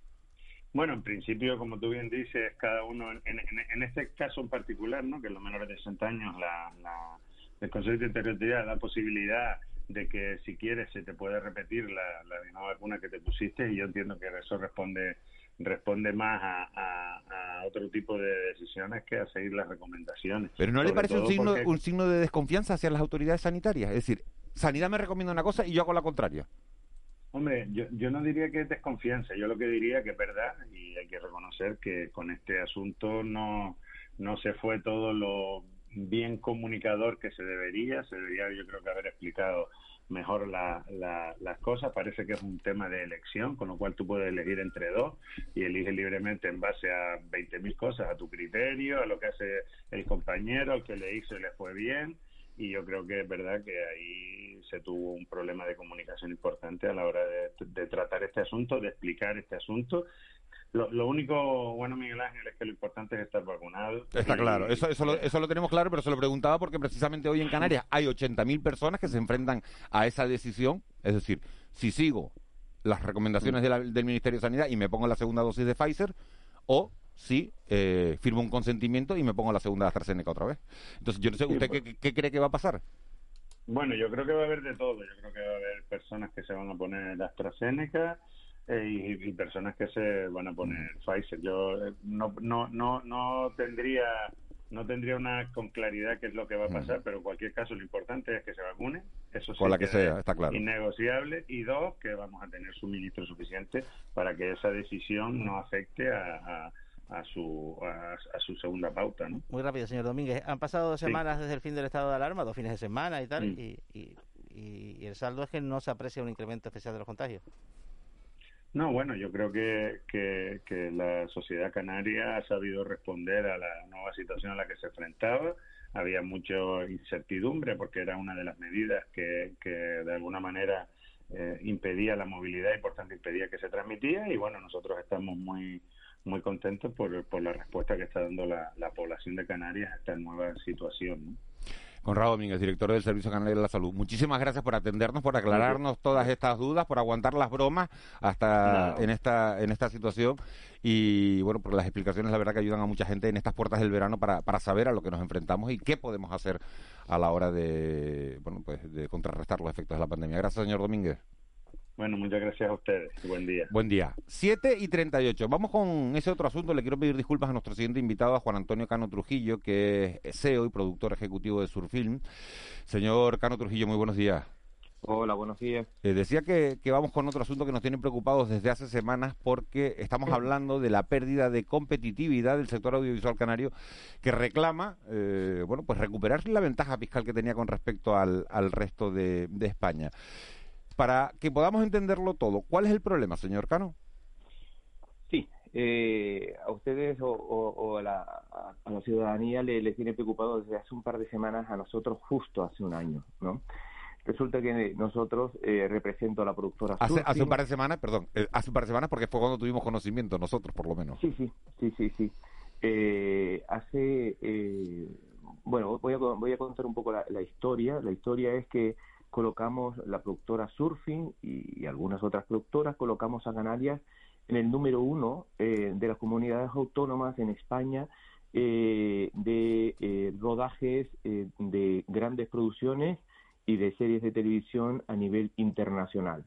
Bueno, en principio, como tú bien dices, cada uno, en, en, en este caso en particular, ¿no? Que los menores de sesenta años, la, la, el Consejo Interterritorial da la posibilidad de que si quieres se te puede repetir la, la misma vacuna que te pusiste, y yo entiendo que eso responde responde más a, a, a otro tipo de decisiones que a seguir las recomendaciones.
Pero ¿no le
Sobre
parece un
todo
signo,
porque-
un signo de desconfianza hacia las autoridades sanitarias? Es decir, Sanidad me recomienda una cosa y yo hago la contraria.
Hombre, yo, yo no diría que es desconfianza, yo lo que diría que es verdad, y hay que reconocer que con este asunto no, no se fue todo lo bien comunicador que se debería, se debería yo creo que haber explicado mejor la, la, las cosas. Parece que es un tema de elección, con lo cual tú puedes elegir entre dos y eliges libremente en base a veinte mil cosas, a tu criterio, a lo que hace el compañero, al que le hizo y le fue bien. Y yo creo que es verdad que ahí se tuvo un problema de comunicación importante a la hora de, de tratar este asunto, de explicar este asunto. Lo, lo único bueno, Miguel Ángel, es que lo importante es estar vacunado.
Está
Y-
claro, eso, eso, lo, eso lo tenemos claro, pero se lo preguntaba porque precisamente hoy en Canarias hay ochenta mil personas que se enfrentan a esa decisión. Es decir, si sigo las recomendaciones de la- del Ministerio de Sanidad y me pongo la segunda dosis de Pfizer, o si eh, firmo un consentimiento y me pongo la segunda de AstraZeneca otra vez. Entonces, yo no sé,
Sí,
¿usted
pues.
qué, qué cree que va a pasar?
Bueno, yo creo que va a haber de todo. Yo creo que va a haber personas que se van a poner la AstraZeneca eh, y, y personas que se van a poner Pfizer. Yo eh, no, no, no, no tendría no tendría una con claridad qué es lo que va a pasar, pero en cualquier caso lo importante es que se vacune. Eso sí
Con la que
es
sea, está claro.
innegociable. Y dos, que vamos a tener suministro suficiente para que esa decisión no afecte a, a, a su a, a su segunda pauta, ¿no?
Muy rápido, señor Domínguez. Han pasado dos
Sí.
semanas desde el fin del estado de alarma, dos fines de semana y tal,
Mm.
y, y, y- y el saldo es que no se aprecia un incremento especial de los contagios.
No, bueno, yo creo que, que, que la sociedad canaria ha sabido responder a la nueva situación a la que se enfrentaba. Había mucha incertidumbre porque era una de las medidas que, que de alguna manera eh, impedía la movilidad y por tanto impedía que se transmitía. Y bueno, nosotros estamos muy muy contentos por, por la respuesta que está dando la, la población de Canarias a esta nueva situación, ¿no?
Conrado Domínguez, director del Servicio Canario de la Salud. Muchísimas gracias por atendernos, por aclararnos todas estas dudas, por aguantar las bromas hasta
No.
en esta en esta situación y bueno, por las explicaciones, la verdad que ayudan a mucha gente en estas puertas del verano para, para saber a lo que nos enfrentamos y qué podemos hacer a la hora de bueno pues de contrarrestar los efectos de la pandemia. Gracias, señor Domínguez.
Bueno, muchas gracias a ustedes y buen día.
Buen día. siete y treinta y ocho. Vamos con ese otro asunto. Le quiero pedir disculpas a nuestro siguiente invitado, a Juan Antonio Cano Trujillo, que es C E O y productor ejecutivo de Surfilm. Señor Cano Trujillo, muy buenos días.
Hola, buenos días.
Eh, decía que, que vamos con otro asunto que nos tiene preocupados desde hace semanas porque estamos hablando de la pérdida de competitividad del sector audiovisual canario que reclama, eh, bueno, pues recuperar la ventaja fiscal que tenía con respecto al, al resto de, de España. Para que podamos entenderlo todo, ¿cuál es el problema, señor Cano?
Sí, eh, a ustedes o, o, o a, la, a la ciudadanía le, les tiene preocupado desde hace un par de semanas, a nosotros justo hace un año, ¿no? Resulta que nosotros, eh, represento a la productora
hace,
Surfing.
hace un par de semanas, perdón, eh, hace un par de semanas porque fue cuando tuvimos conocimiento nosotros, por lo menos.
Sí, sí, sí, sí, sí. Eh, hace, eh, bueno, voy a, voy a contar un poco la, la historia. La historia es que colocamos la productora Surfing y, y algunas otras productoras, colocamos a Canarias en el número uno eh, de las comunidades autónomas en España eh, de eh, rodajes eh, de grandes producciones y de series de televisión a nivel internacional.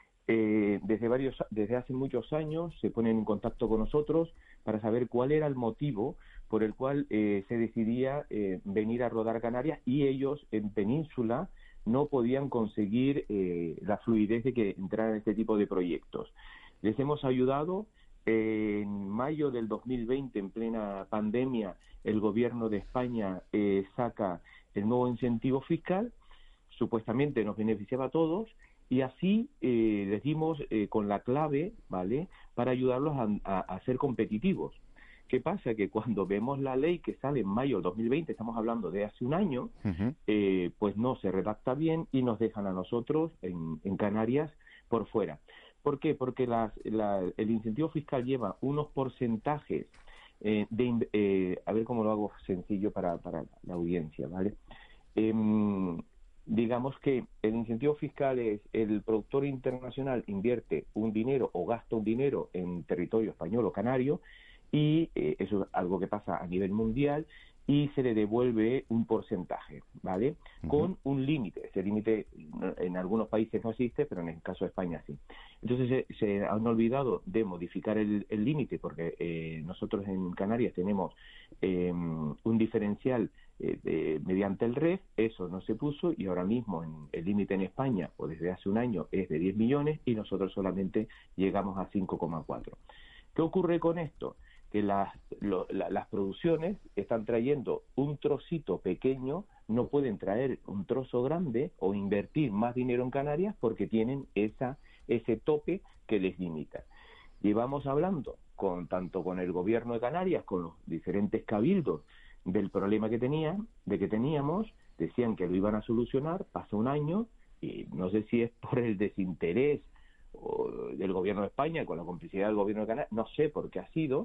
Eh, desde varios, desde hace muchos años se ponen en contacto con nosotros para saber cuál era el motivo por el cual eh, se decidía eh, venir a rodar a Canarias, y ellos en Península no podían conseguir eh, la fluidez de que entraran este tipo de proyectos. Les hemos ayudado. Eh, en mayo del dos mil veinte, en plena pandemia, el gobierno de España eh, saca el nuevo incentivo fiscal, supuestamente nos beneficiaba a todos, y así eh, les dimos eh, con la clave, ¿vale?, para ayudarlos a, a, a ser competitivos. ¿Qué pasa? Que cuando vemos la ley que sale en mayo del dos mil veinte, estamos hablando de hace un año, uh-huh. eh, pues no se redacta bien y nos dejan a nosotros en, en Canarias por fuera. ¿Por qué? Porque las, la, el incentivo fiscal lleva unos porcentajes eh, de, eh, a ver cómo lo hago sencillo para, para la audiencia, ¿vale? Eh, digamos que el incentivo fiscal es: el productor internacional invierte un dinero o gasta un dinero en territorio español o canario, y eh, eso es algo que pasa a nivel mundial, y se le devuelve un porcentaje, ¿vale? Uh-huh. Con un límite. Ese límite en algunos países no existe, pero en el caso de España sí. Entonces se, se han olvidado de modificar el, el límite, porque eh, nosotros en Canarias tenemos eh, un diferencial eh, de, mediante el R E F, eso no se puso, y ahora mismo en, el límite en España, o desde hace un año, es de diez millones, y nosotros solamente llegamos a cinco coma cuatro. ¿Qué ocurre con esto? Que las, lo, la, las producciones están trayendo un trocito pequeño, no pueden traer un trozo grande o invertir más dinero en Canarias porque tienen esa ese tope que les limita. Llevamos hablando con tanto con el gobierno de Canarias, con los diferentes cabildos, del problema que tenían, de que teníamos, decían que lo iban a solucionar, pasó un año, y no sé si es por el desinterés o del gobierno de España con la complicidad del gobierno de Canarias, no sé por qué ha sido.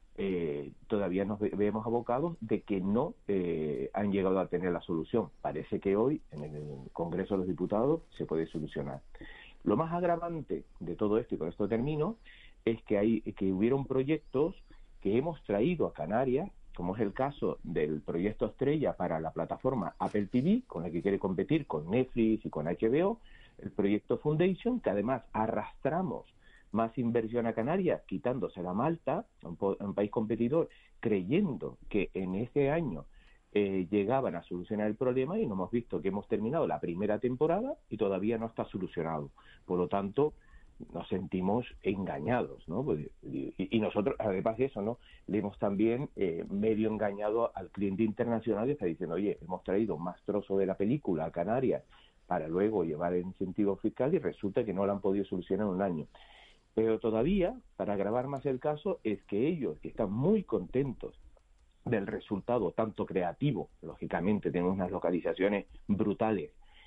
Eh, todavía nos vemos abocados de que no eh, han llegado a tener la solución. Parece que hoy en el Congreso de los Diputados se puede solucionar. Lo más agravante de todo esto, y con esto termino, es que hay que hubieron proyectos que hemos traído a Canarias, como es el caso del proyecto Estrella para la plataforma Apple T V, con la que quiere competir con Netflix y con H B O, el proyecto Foundation, que además arrastramos más inversión a Canarias, quitándosela a Malta, un, un país competidor, creyendo que en ese año eh, llegaban a solucionar el problema, y no hemos visto que hemos terminado la primera temporada y todavía no está solucionado. Por lo tanto, nos sentimos engañados, ¿no? Pues, y, y nosotros, además de eso, ¿no?, le hemos también eh, medio engañado al cliente internacional, que está diciendo: oye, hemos traído más trozo de la película a Canarias para luego llevar el incentivo fiscal, y resulta que no lo han podido solucionar en un año. Pero todavía, para agravar más el caso, es que ellos, que están muy contentos del resultado, tanto creativo, lógicamente tenemos unas localizaciones brutales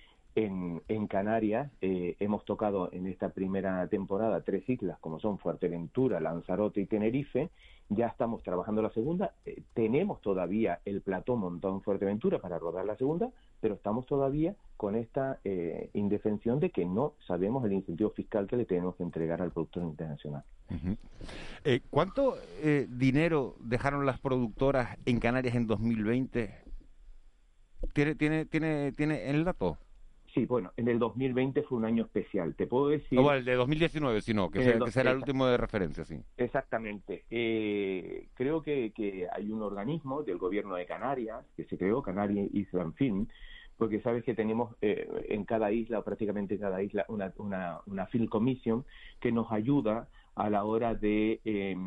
en, en Canarias, eh, hemos tocado en esta primera temporada tres islas, como son Fuerteventura, Lanzarote y Tenerife. Ya estamos trabajando la segunda, eh, tenemos todavía el plató montado en Fuerteventura para rodar la segunda, pero estamos todavía con esta eh, indefensión de que no sabemos el incentivo fiscal que le tenemos que entregar al productor internacional.
Uh-huh. Eh, ¿Cuánto eh, dinero dejaron las productoras en Canarias en dos mil veinte? ¿Tiene, tiene, tiene, tiene el dato?
Sí, bueno, en el dos mil veinte fue un año especial. Te puedo decir...
No, bueno, el de dos mil diecinueve, si no, que, sea, que será el último de referencia, sí.
Exactamente. Eh, creo que, que hay un organismo del gobierno de Canarias, que se creó, Canarias Island Film, porque sabes que tenemos eh, en cada isla, o prácticamente en cada isla, una, una, una Film Commission que nos ayuda a la hora de... Eh,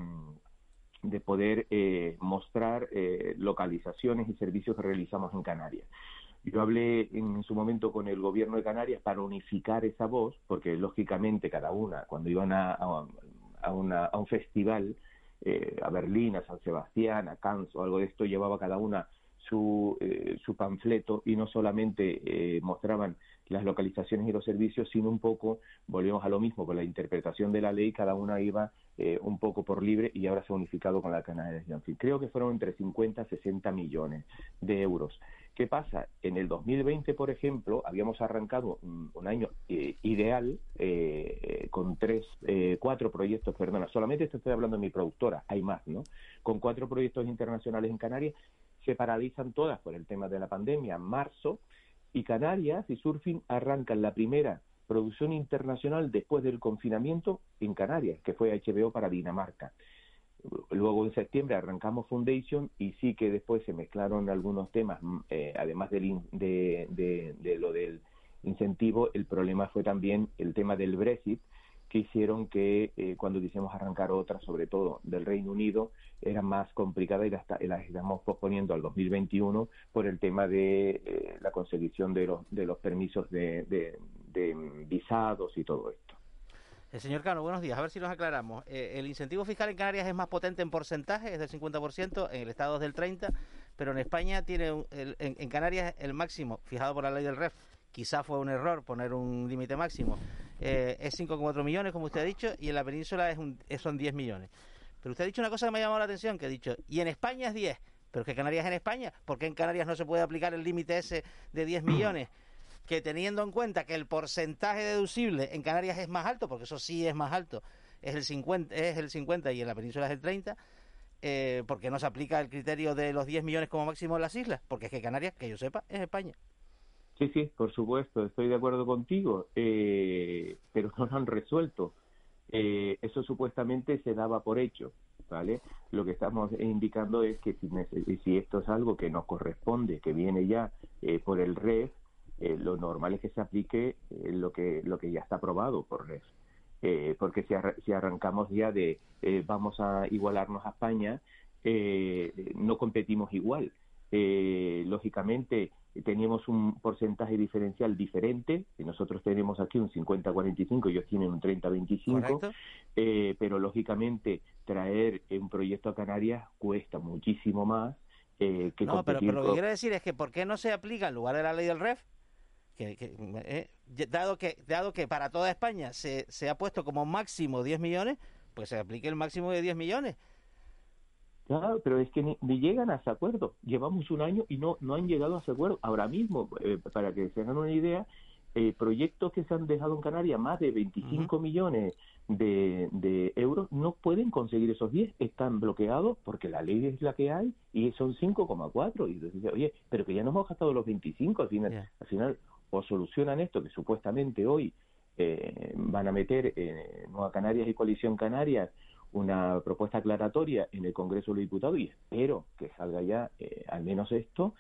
de poder eh, mostrar eh, localizaciones y servicios que realizamos en Canarias. Yo hablé en su momento con el gobierno de Canarias para unificar esa voz, porque lógicamente cada una, cuando iban a, a, a, una, a un festival, eh, a Berlín, a San Sebastián, a Cannes o algo de esto, llevaba cada una su, eh, su panfleto y no solamente eh, mostraban las localizaciones y los servicios, sino un poco, volvemos a lo mismo, con la interpretación de la ley, cada una iba eh, un poco por libre y ahora se ha unificado con la Canarias. En fin, creo que fueron entre cincuenta a sesenta millones de euros. ¿Qué pasa? En el dos mil veinte, por ejemplo, habíamos arrancado un, un año eh, ideal eh, con tres, eh, cuatro proyectos, perdona, solamente esto estoy hablando de mi productora, hay más, ¿no? Con cuatro proyectos internacionales en Canarias, se paralizan todas por el tema de la pandemia en marzo, y Canarias y Surfing arrancan la primera producción internacional después del confinamiento en Canarias, que fue H B O para Dinamarca. Luego en septiembre arrancamos Foundation y sí que después se mezclaron algunos temas, eh, además del, de, de, de lo del incentivo, el problema fue también el tema del Brexit, que hicieron que eh, cuando quisimos arrancar otra, sobre todo del Reino Unido, era más complicada y la, la estamos posponiendo al dos mil veintiuno por el tema de eh, la consecución de los, de los permisos de, de, de visados y todo esto.
El señor Cano, buenos días. A ver si nos aclaramos. Eh, el incentivo fiscal en Canarias es más potente en porcentaje, es del cincuenta por ciento, en el Estado es del treinta por ciento, pero en España tiene un, el, en, en Canarias el máximo, fijado por la ley del R E F, quizá fue un error poner un límite máximo, eh, es cinco coma cuatro millones, como usted ha dicho, y en la península es un, son diez millones. Pero usted ha dicho una cosa que me ha llamado la atención, que ha dicho, y en España es diez, pero es que Canarias es en España, ¿por qué en Canarias no se puede aplicar el límite ese de diez millones? Que teniendo en cuenta que el porcentaje deducible en Canarias es más alto, porque eso sí es más alto, es el cincuenta, es el cincuenta y en la península es el treinta, eh, ¿por qué no se aplica el criterio de los diez millones como máximo en las islas? Porque es que Canarias, que yo sepa, es España.
Sí, sí, por supuesto, estoy de acuerdo contigo, eh, pero no lo han resuelto. Eh, eso supuestamente se daba por hecho, ¿vale? Lo que estamos indicando es que si, si esto es algo que nos corresponde, que viene ya eh, por el R E F, eh, lo normal es que se aplique eh, lo que lo que ya está aprobado por R E F. Eh, porque si, ar si arrancamos ya de eh, vamos a igualarnos a España, eh, no competimos igual. Eh, lógicamente teníamos un porcentaje diferencial diferente, nosotros tenemos aquí un cincuenta cuarenta y cinco, ellos tienen un treinta veinticinco, eh, pero lógicamente traer un proyecto a Canarias cuesta muchísimo más eh, que
no, pero, pero lo que
con...
quiero decir es que ¿por qué no se aplica en lugar de la ley del R E F? Que, que, eh, dado que dado que para toda España se, se ha puesto como máximo diez millones, pues se aplique el máximo de diez millones.
Claro, pero es que ni, ni llegan a ese acuerdo. Llevamos un año y no no han llegado a ese acuerdo. Ahora mismo, eh, para que se hagan una idea, eh, proyectos que se han dejado en Canarias, más de veinticinco uh-huh. millones de, de euros, no pueden conseguir esos diez. Están bloqueados porque la ley es la que hay y son cinco coma cuatro. Y entonces, oye, pero que ya nos hemos gastado los veinticinco. Al final, yeah. al final o solucionan esto, que supuestamente hoy eh, van a meter eh, Nueva Canarias y Coalición Canarias una propuesta aclaratoria en el Congreso de los Diputados, y espero que salga ya eh, al menos esto,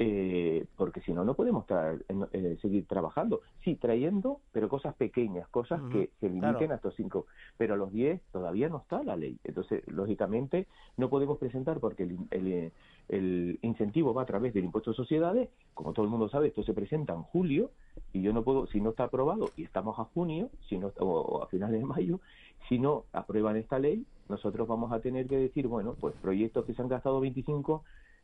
eh, porque si no, no podemos tra eh, seguir trabajando. Sí, trayendo, pero cosas pequeñas, cosas uh-huh. que se limiten claro. a estos cinco, pero a los diez todavía no está la ley. Entonces, lógicamente, no podemos presentar porque el, el, el incentivo va a través del impuesto de sociedades. Como todo el mundo sabe, esto se presenta en julio, y yo no puedo, si no está aprobado, y estamos a junio, si no, o, o a finales de mayo, si no aprueban esta ley, nosotros vamos a tener que decir, bueno, pues proyectos que se han gastado veinticinco,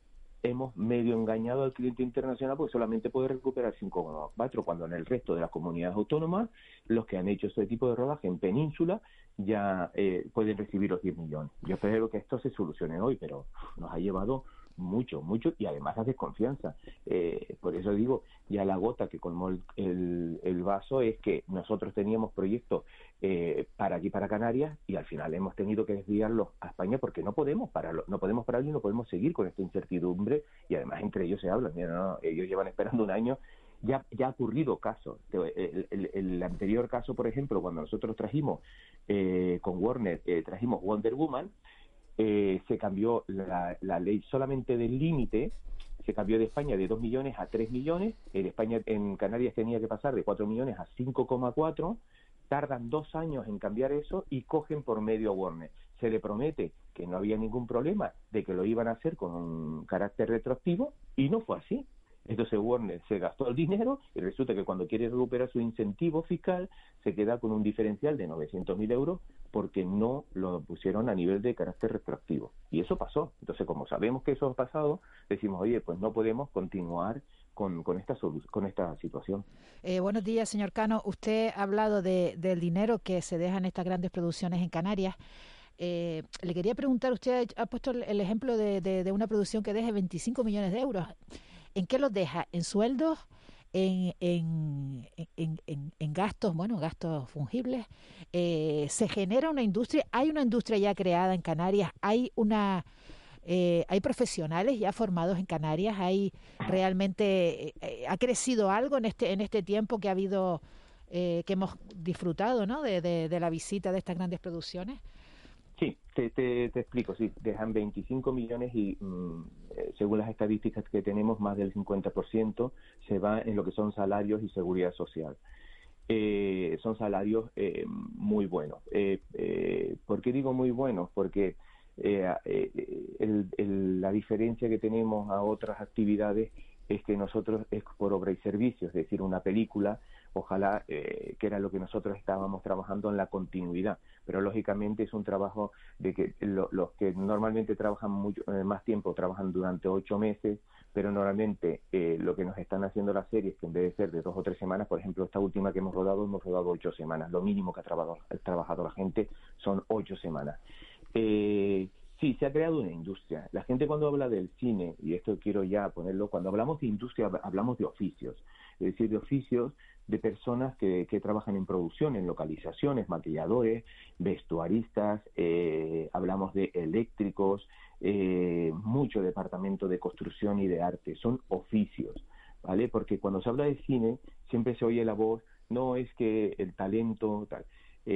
hemos medio engañado al cliente internacional porque solamente puede recuperar cinco coma cuatro, cuando en el resto de las comunidades autónomas, los que han hecho este tipo de rodaje en península, ya eh, pueden recibir los diez millones. Yo espero que esto se solucione hoy, pero nos ha llevado mucho, mucho, y además la desconfianza. Eh, por eso digo, ya la gota que colmó el, el, el vaso es que nosotros teníamos proyectos eh, para aquí, para Canarias, y al final hemos tenido que desviarlos a España porque no podemos pararlo, no podemos pararlo y no podemos seguir con esta incertidumbre, y además entre ellos se hablan, mira, no, ellos llevan esperando un año. Ya, ya ha ocurrido casos. El, el, el anterior caso, por ejemplo, cuando nosotros trajimos eh, con Warner, eh, trajimos Wonder Woman, eh, se cambió la, la ley solamente del límite, se cambió de España de dos millones a tres millones, en España, en Canarias tenía que pasar de cuatro millones a cinco coma cuatro, tardan dos años en cambiar eso y cogen por medio a Warner. Se le promete que no había ningún problema, de que lo iban a hacer con un carácter retroactivo, y no fue así. Entonces Warner se gastó el dinero y resulta que cuando quiere recuperar su incentivo fiscal se queda con un diferencial de novecientos mil euros porque no lo pusieron a nivel de carácter retroactivo. Y eso pasó. Entonces, como sabemos que eso ha pasado, decimos, oye, pues no podemos continuar con, con, esta, con esta situación.
Eh, buenos días, señor Cano. Usted ha hablado de, del dinero que se deja en estas grandes producciones en Canarias. Eh, le quería preguntar, usted ha, ha puesto el, el ejemplo de, de, de una producción que deje veinticinco millones de euros. ¿En qué los deja? ¿En sueldos? En, en, en, en, en gastos, bueno, gastos fungibles? Eh, ¿Se genera una industria? ¿Hay una industria ya creada en Canarias? ¿Hay una eh, hay profesionales ya formados en Canarias? ¿Hay realmente eh, ha crecido algo en este en este tiempo que ha habido eh, que hemos disfrutado, ¿no? de, de, de la visita de estas grandes producciones?
Sí, te, te, te explico, sí, dejan veinticinco millones y mmm, según las estadísticas que tenemos, más del cincuenta por ciento se va en lo que son salarios y seguridad social. Eh, son salarios eh, muy buenos. Eh, eh, ¿Por qué digo muy buenos? Porque eh, eh, el, el, la diferencia que tenemos a otras actividades es que nosotros es por obra y servicios, es decir, una película, ojalá eh, que era lo que nosotros estábamos trabajando en la continuidad, pero lógicamente es un trabajo de que lo, los que normalmente trabajan mucho eh, más tiempo trabajan durante ocho meses, pero normalmente eh, lo que nos están haciendo las series, que en vez de ser de dos o tres semanas, por ejemplo, esta última que hemos rodado, hemos rodado ocho semanas, lo mínimo que ha trabajado, ha trabajado la gente son ocho semanas. Eh, Sí, se ha creado una industria. La gente cuando habla del cine, y esto quiero ya ponerlo, cuando hablamos de industria hablamos de oficios, es decir, de oficios de personas que, que trabajan en producción, en localizaciones, maquilladores, vestuaristas, eh, hablamos de eléctricos, eh, mucho departamento de construcción y de arte, son oficios, ¿vale? Porque cuando se habla de cine siempre se oye la voz, no es que el talento, tal.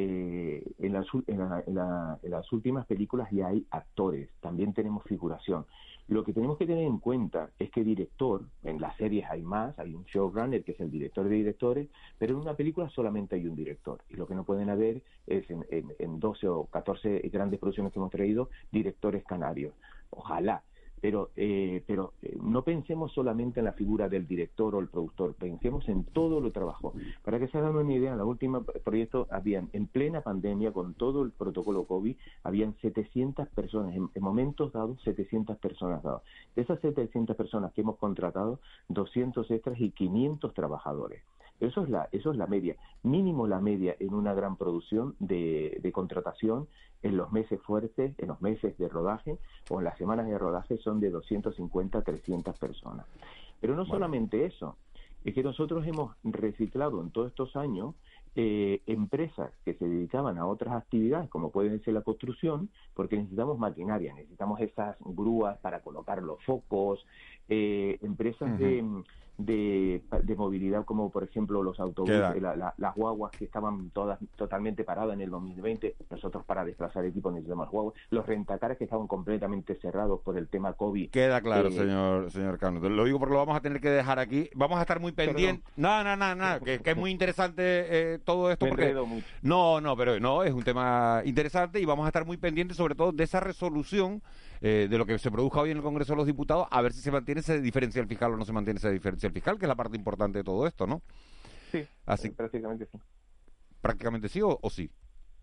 Eh, en, las, en, la, en, la, en las últimas películas ya hay actores, también tenemos figuración. Lo que tenemos que tener en cuenta es que director, en las series hay más, hay un showrunner que es el director de directores, pero en una película solamente hay un director. Y lo que no pueden haber es en, en, en doce o catorce grandes producciones que hemos traído, directores canarios. Ojalá. Pero, eh, pero eh, no pensemos solamente en la figura del director o el productor, pensemos en todo lo trabajo. Para que se hagan una idea, en el último proyecto habían, en plena pandemia, con todo el protocolo COVID, habían setecientas personas, en, en momentos dados, setecientas personas dadas. De esas setecientas personas que hemos contratado, doscientos extras y quinientos trabajadores. Eso es la eso es la media, mínimo la media en una gran producción de, de contratación en los meses fuertes, en los meses de rodaje o en las semanas de rodaje son de doscientas cincuenta a trescientas personas. Pero no bueno. solamente eso, es que nosotros hemos reciclado en todos estos años eh, empresas que se dedicaban a otras actividades como pueden ser la construcción, porque necesitamos maquinaria, necesitamos esas grúas para colocar los focos, eh, empresas uh-huh. de... De, de movilidad como por ejemplo los autobuses, la, la, las guaguas que estaban todas totalmente paradas en el dos mil veinte, nosotros para desplazar equipos necesitamos guaguas, los rentacares que estaban completamente cerrados por el tema COVID.
Queda claro,
eh,
señor señor Cano, lo digo porque lo vamos a tener que dejar aquí, vamos a estar muy pendientes. No, no, no, no, que, que es muy interesante eh, todo esto.
Me
porque
mucho.
No, no, pero no, es un tema interesante y vamos a estar muy pendientes sobre todo de esa resolución eh, de lo que se produzca hoy en el Congreso de los Diputados, a ver si se mantiene ese diferencial fiscal o no se mantiene ese diferencial fiscal, que es la parte importante de todo esto, ¿no?
Sí, Así, prácticamente sí.
¿Prácticamente sí o, o sí?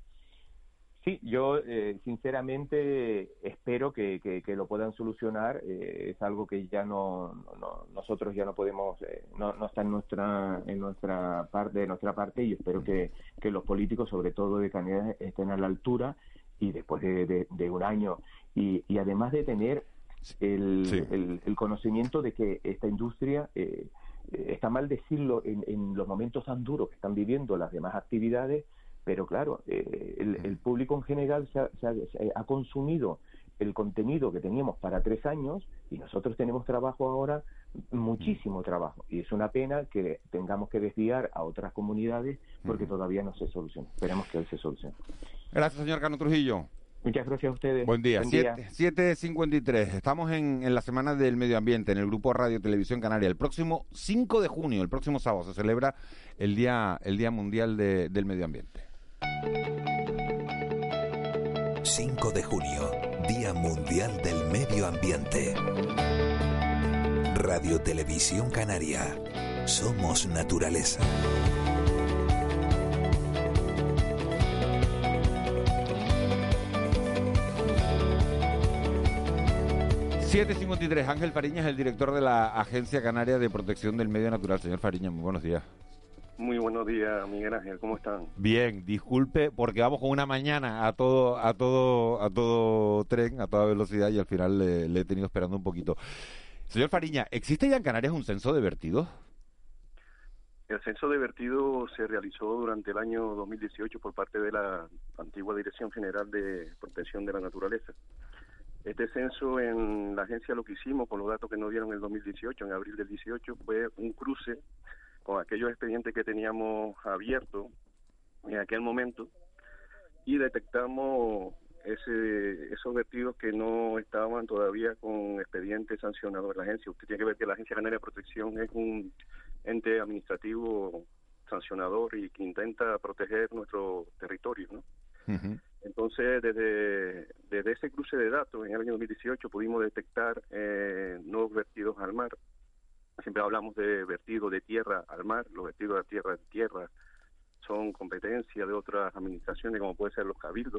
Sí, yo eh, sinceramente espero que, que, que lo puedan solucionar. Eh, es algo que ya no, no nosotros ya no podemos, eh, no, no está en nuestra en nuestra parte, de nuestra parte, y espero que, que los políticos, sobre todo de Canarias, estén a la altura y después de, de, de un año y, y además de tener el, sí. el, el conocimiento de que esta industria eh, está mal decirlo en, en los momentos tan duros que están viviendo las demás actividades, pero claro, eh, el, el público en general se ha, se ha, se ha consumido el contenido que teníamos para tres años y nosotros tenemos trabajo ahora, muchísimo trabajo, y es una pena que tengamos que desviar a otras comunidades porque uh-huh. todavía no se soluciona. Esperemos que hoy se solucione.
Gracias, señor Cano Trujillo.
Muchas gracias a ustedes.
Buen día. siete cincuenta y tres. Estamos en, en la Semana del Medio Ambiente, en el Grupo Radio Televisión Canaria. El próximo cinco de junio, el próximo sábado, se celebra el Día, el día Mundial de, del Medio Ambiente.
cinco de junio, Día Mundial del Medio Ambiente. Radio Televisión Canaria. Somos naturaleza.
siete cincuenta y tres. Ángel Fariña es el director de la Agencia Canaria de Protección del Medio Natural. Señor Fariña, muy buenos días.
Muy buenos días, Miguel Ángel, ¿cómo están?
Bien, disculpe porque vamos con una mañana a todo a todo a todo tren, a toda velocidad, y al final le, le he tenido esperando un poquito. Señor Fariña, ¿existe ya en Canarias un censo de vertidos?
El censo de vertidos se realizó durante el año dos mil dieciocho por parte de la antigua Dirección General de Protección de la Naturaleza. Este censo en la agencia lo que hicimos con los datos que nos dieron en el dos mil dieciocho, en abril del dieciocho, fue un cruce con aquellos expedientes que teníamos abiertos en aquel momento y detectamos ese, esos vertidos que no estaban todavía con expediente sancionador de la agencia. Usted tiene que ver que la Agencia Canaria de Protección es un ente administrativo sancionador y que intenta proteger nuestro territorio, ¿no? Uh-huh. Entonces, desde, desde ese cruce de datos, en el año dos mil dieciocho pudimos detectar eh, nuevos vertidos al mar. Siempre hablamos de vertidos de tierra al mar. Los vertidos de tierra a tierra son competencia de otras administraciones, como puede ser los cabildos.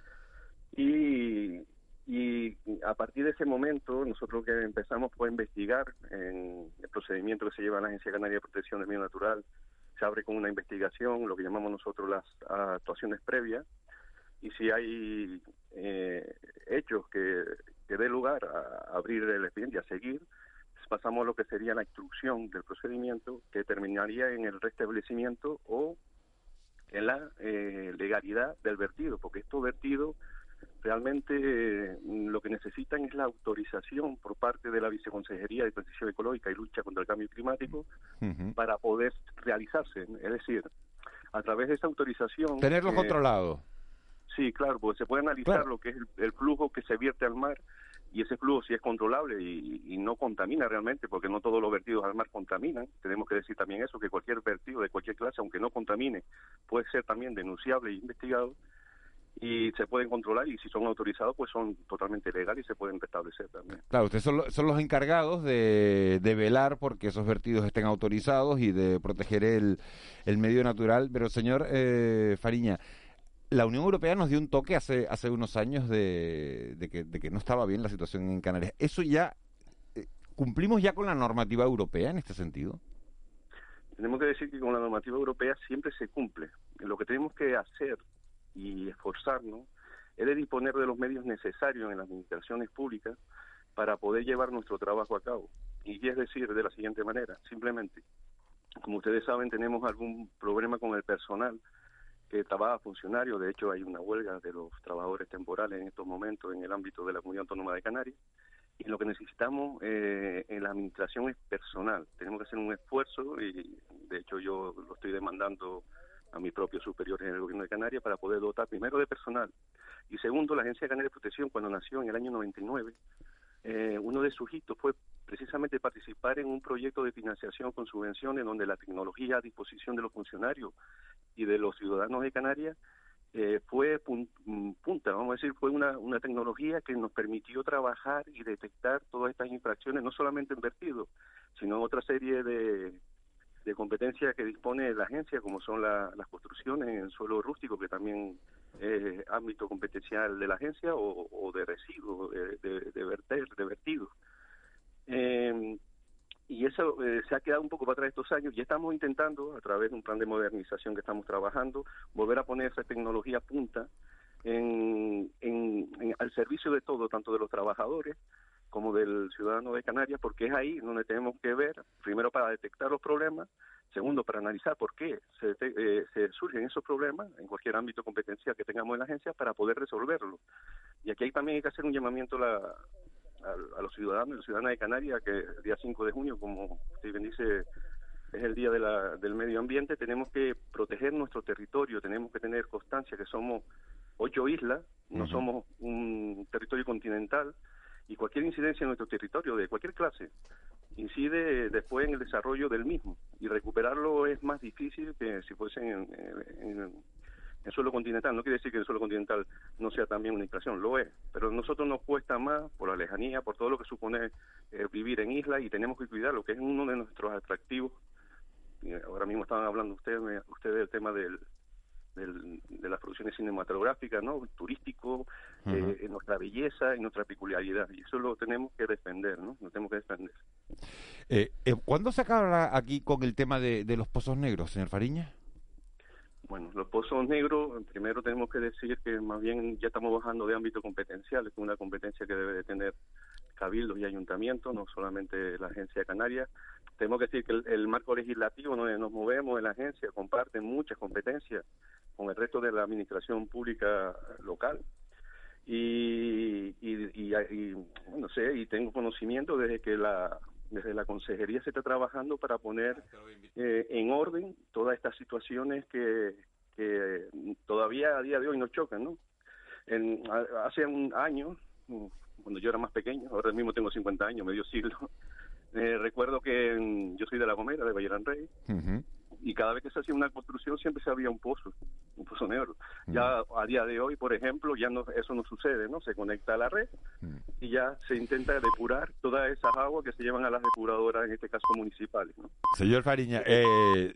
Y, y a partir de ese momento, nosotros lo que empezamos fue a investigar en el procedimiento que se lleva en la Agencia Canaria de Protección del Medio Natural. Se abre con una investigación, lo que llamamos nosotros las actuaciones previas, y si hay eh, hechos que, que dé lugar a abrir el expediente y a seguir, pasamos a lo que sería la instrucción del procedimiento, que terminaría en el restablecimiento o en la eh, legalidad del vertido, porque estos vertidos realmente eh, lo que necesitan es la autorización por parte de la Viceconsejería de Transición Ecológica y Lucha contra el Cambio Climático uh-huh. para poder realizarse. Es decir, a través de esa autorización...
Tenerlos eh, controlados.
Sí, claro, porque se puede analizar
claro.
lo que es el, el flujo que se vierte al mar, y ese flujo sí es controlable y, y no contamina realmente, porque no todos los vertidos al mar contaminan. Tenemos que decir también eso, que cualquier vertido de cualquier clase, aunque no contamine, puede ser también denunciable e investigado, y se pueden controlar, y si son autorizados, pues son totalmente legales y se pueden restablecer también.
Claro, ustedes son, lo, son los encargados de, de velar porque esos vertidos estén autorizados y de proteger el, el medio natural. Pero, señor eh, Fariña, la Unión Europea nos dio un toque hace hace unos años de, de, que, de que no estaba bien la situación en Canarias. ¿Eso ya, eh, cumplimos ya con la normativa europea en este sentido?
Tenemos que decir que con la normativa europea siempre se cumple. Lo que tenemos que hacer y esforzarnos es de disponer de los medios necesarios en las administraciones públicas para poder llevar nuestro trabajo a cabo. Y es decir, de la siguiente manera, simplemente, como ustedes saben, tenemos algún problema con el personal que trabaja funcionario. De hecho, hay una huelga de los trabajadores temporales en estos momentos en el ámbito de la Comunidad Autónoma de Canarias, y lo que necesitamos eh, en la administración es personal. Tenemos que hacer un esfuerzo, y de hecho yo lo estoy demandando a mis propios superiores en el Gobierno de Canarias para poder dotar primero de personal, y segundo, la Agencia Canaria de Protección, cuando nació en el año noventa y nueve, eh, uno de sus hitos fue precisamente participar en un proyecto de financiación con subvenciones donde la tecnología a disposición de los funcionarios y de los ciudadanos de Canarias eh, fue pun punta, vamos a decir, fue una, una tecnología que nos permitió trabajar y detectar todas estas infracciones, no solamente en vertidos, sino en otra serie de, de competencias que dispone la agencia, como son la, las construcciones en suelo rústico, que también es ámbito competencial de la agencia, o, o de residuos, de, de, de verter, de vertidos. Eh, y eso eh, se ha quedado un poco para atrás estos años, y estamos intentando, a través de un plan de modernización que estamos trabajando, volver a poner esa tecnología punta en, en, en, al servicio de todo, tanto de los trabajadores como del ciudadano de Canarias, porque es ahí donde tenemos que ver, primero para detectar los problemas, segundo para analizar por qué se, eh, se surgen esos problemas en cualquier ámbito competencial que tengamos en la agencia para poder resolverlo. Y aquí también hay que hacer un llamamiento a, la, a, a los ciudadanos y las ciudadanas de Canarias, que el día cinco de junio, como usted bien dice, es el día de la, del medio ambiente. Tenemos que proteger nuestro territorio, tenemos que tener constancia que somos ocho islas, no uh-huh. somos un territorio continental, y cualquier incidencia en nuestro territorio, de cualquier clase, incide después en el desarrollo del mismo, y recuperarlo es más difícil que si fuesen en, en, en suelo continental. No quiere decir que el suelo continental no sea también una instalación, lo es, pero a nosotros nos cuesta más por la lejanía, por todo lo que supone eh, vivir en isla, y tenemos que cuidar lo que es uno de nuestros atractivos. Y ahora mismo estaban hablando ustedes ustedes del tema del, del, de las producciones cinematográficas, ¿no? Turístico, uh-huh. eh, nuestra belleza y nuestra peculiaridad, y eso lo tenemos que defender, ¿no? Lo tenemos que defender.
Eh, eh, ¿Cuándo se acaba aquí con el tema de, de los pozos negros, señor Fariña?
Bueno, los pozos negros, primero tenemos que decir que más bien ya estamos bajando de ámbito competencial, es una competencia que debe de tener cabildos y ayuntamientos, no solamente la Agencia Canaria. Tenemos que decir que el, el marco legislativo donde nos movemos en la agencia comparte muchas competencias con el resto de la administración pública local. Y, y, y, y no sé, y tengo conocimiento desde que la desde la consejería se está trabajando para poner eh, en orden todas estas situaciones que, que todavía a día de hoy nos chocan, ¿no? En, a, hace un año, cuando yo era más pequeño, ahora mismo tengo cincuenta años, medio siglo, eh, recuerdo que en, yo soy de La Gomera, de Vallerán Rey, uh-huh. y cada vez que se hacía una construcción siempre se había un pozo, un pozo negro. Uh-huh. Ya a día de hoy, por ejemplo, ya no eso no sucede, ¿no? Se conecta a la red uh-huh. y ya se intenta depurar todas esas aguas que se llevan a las depuradoras, en este caso municipales, ¿no?
Señor Fariña, eh,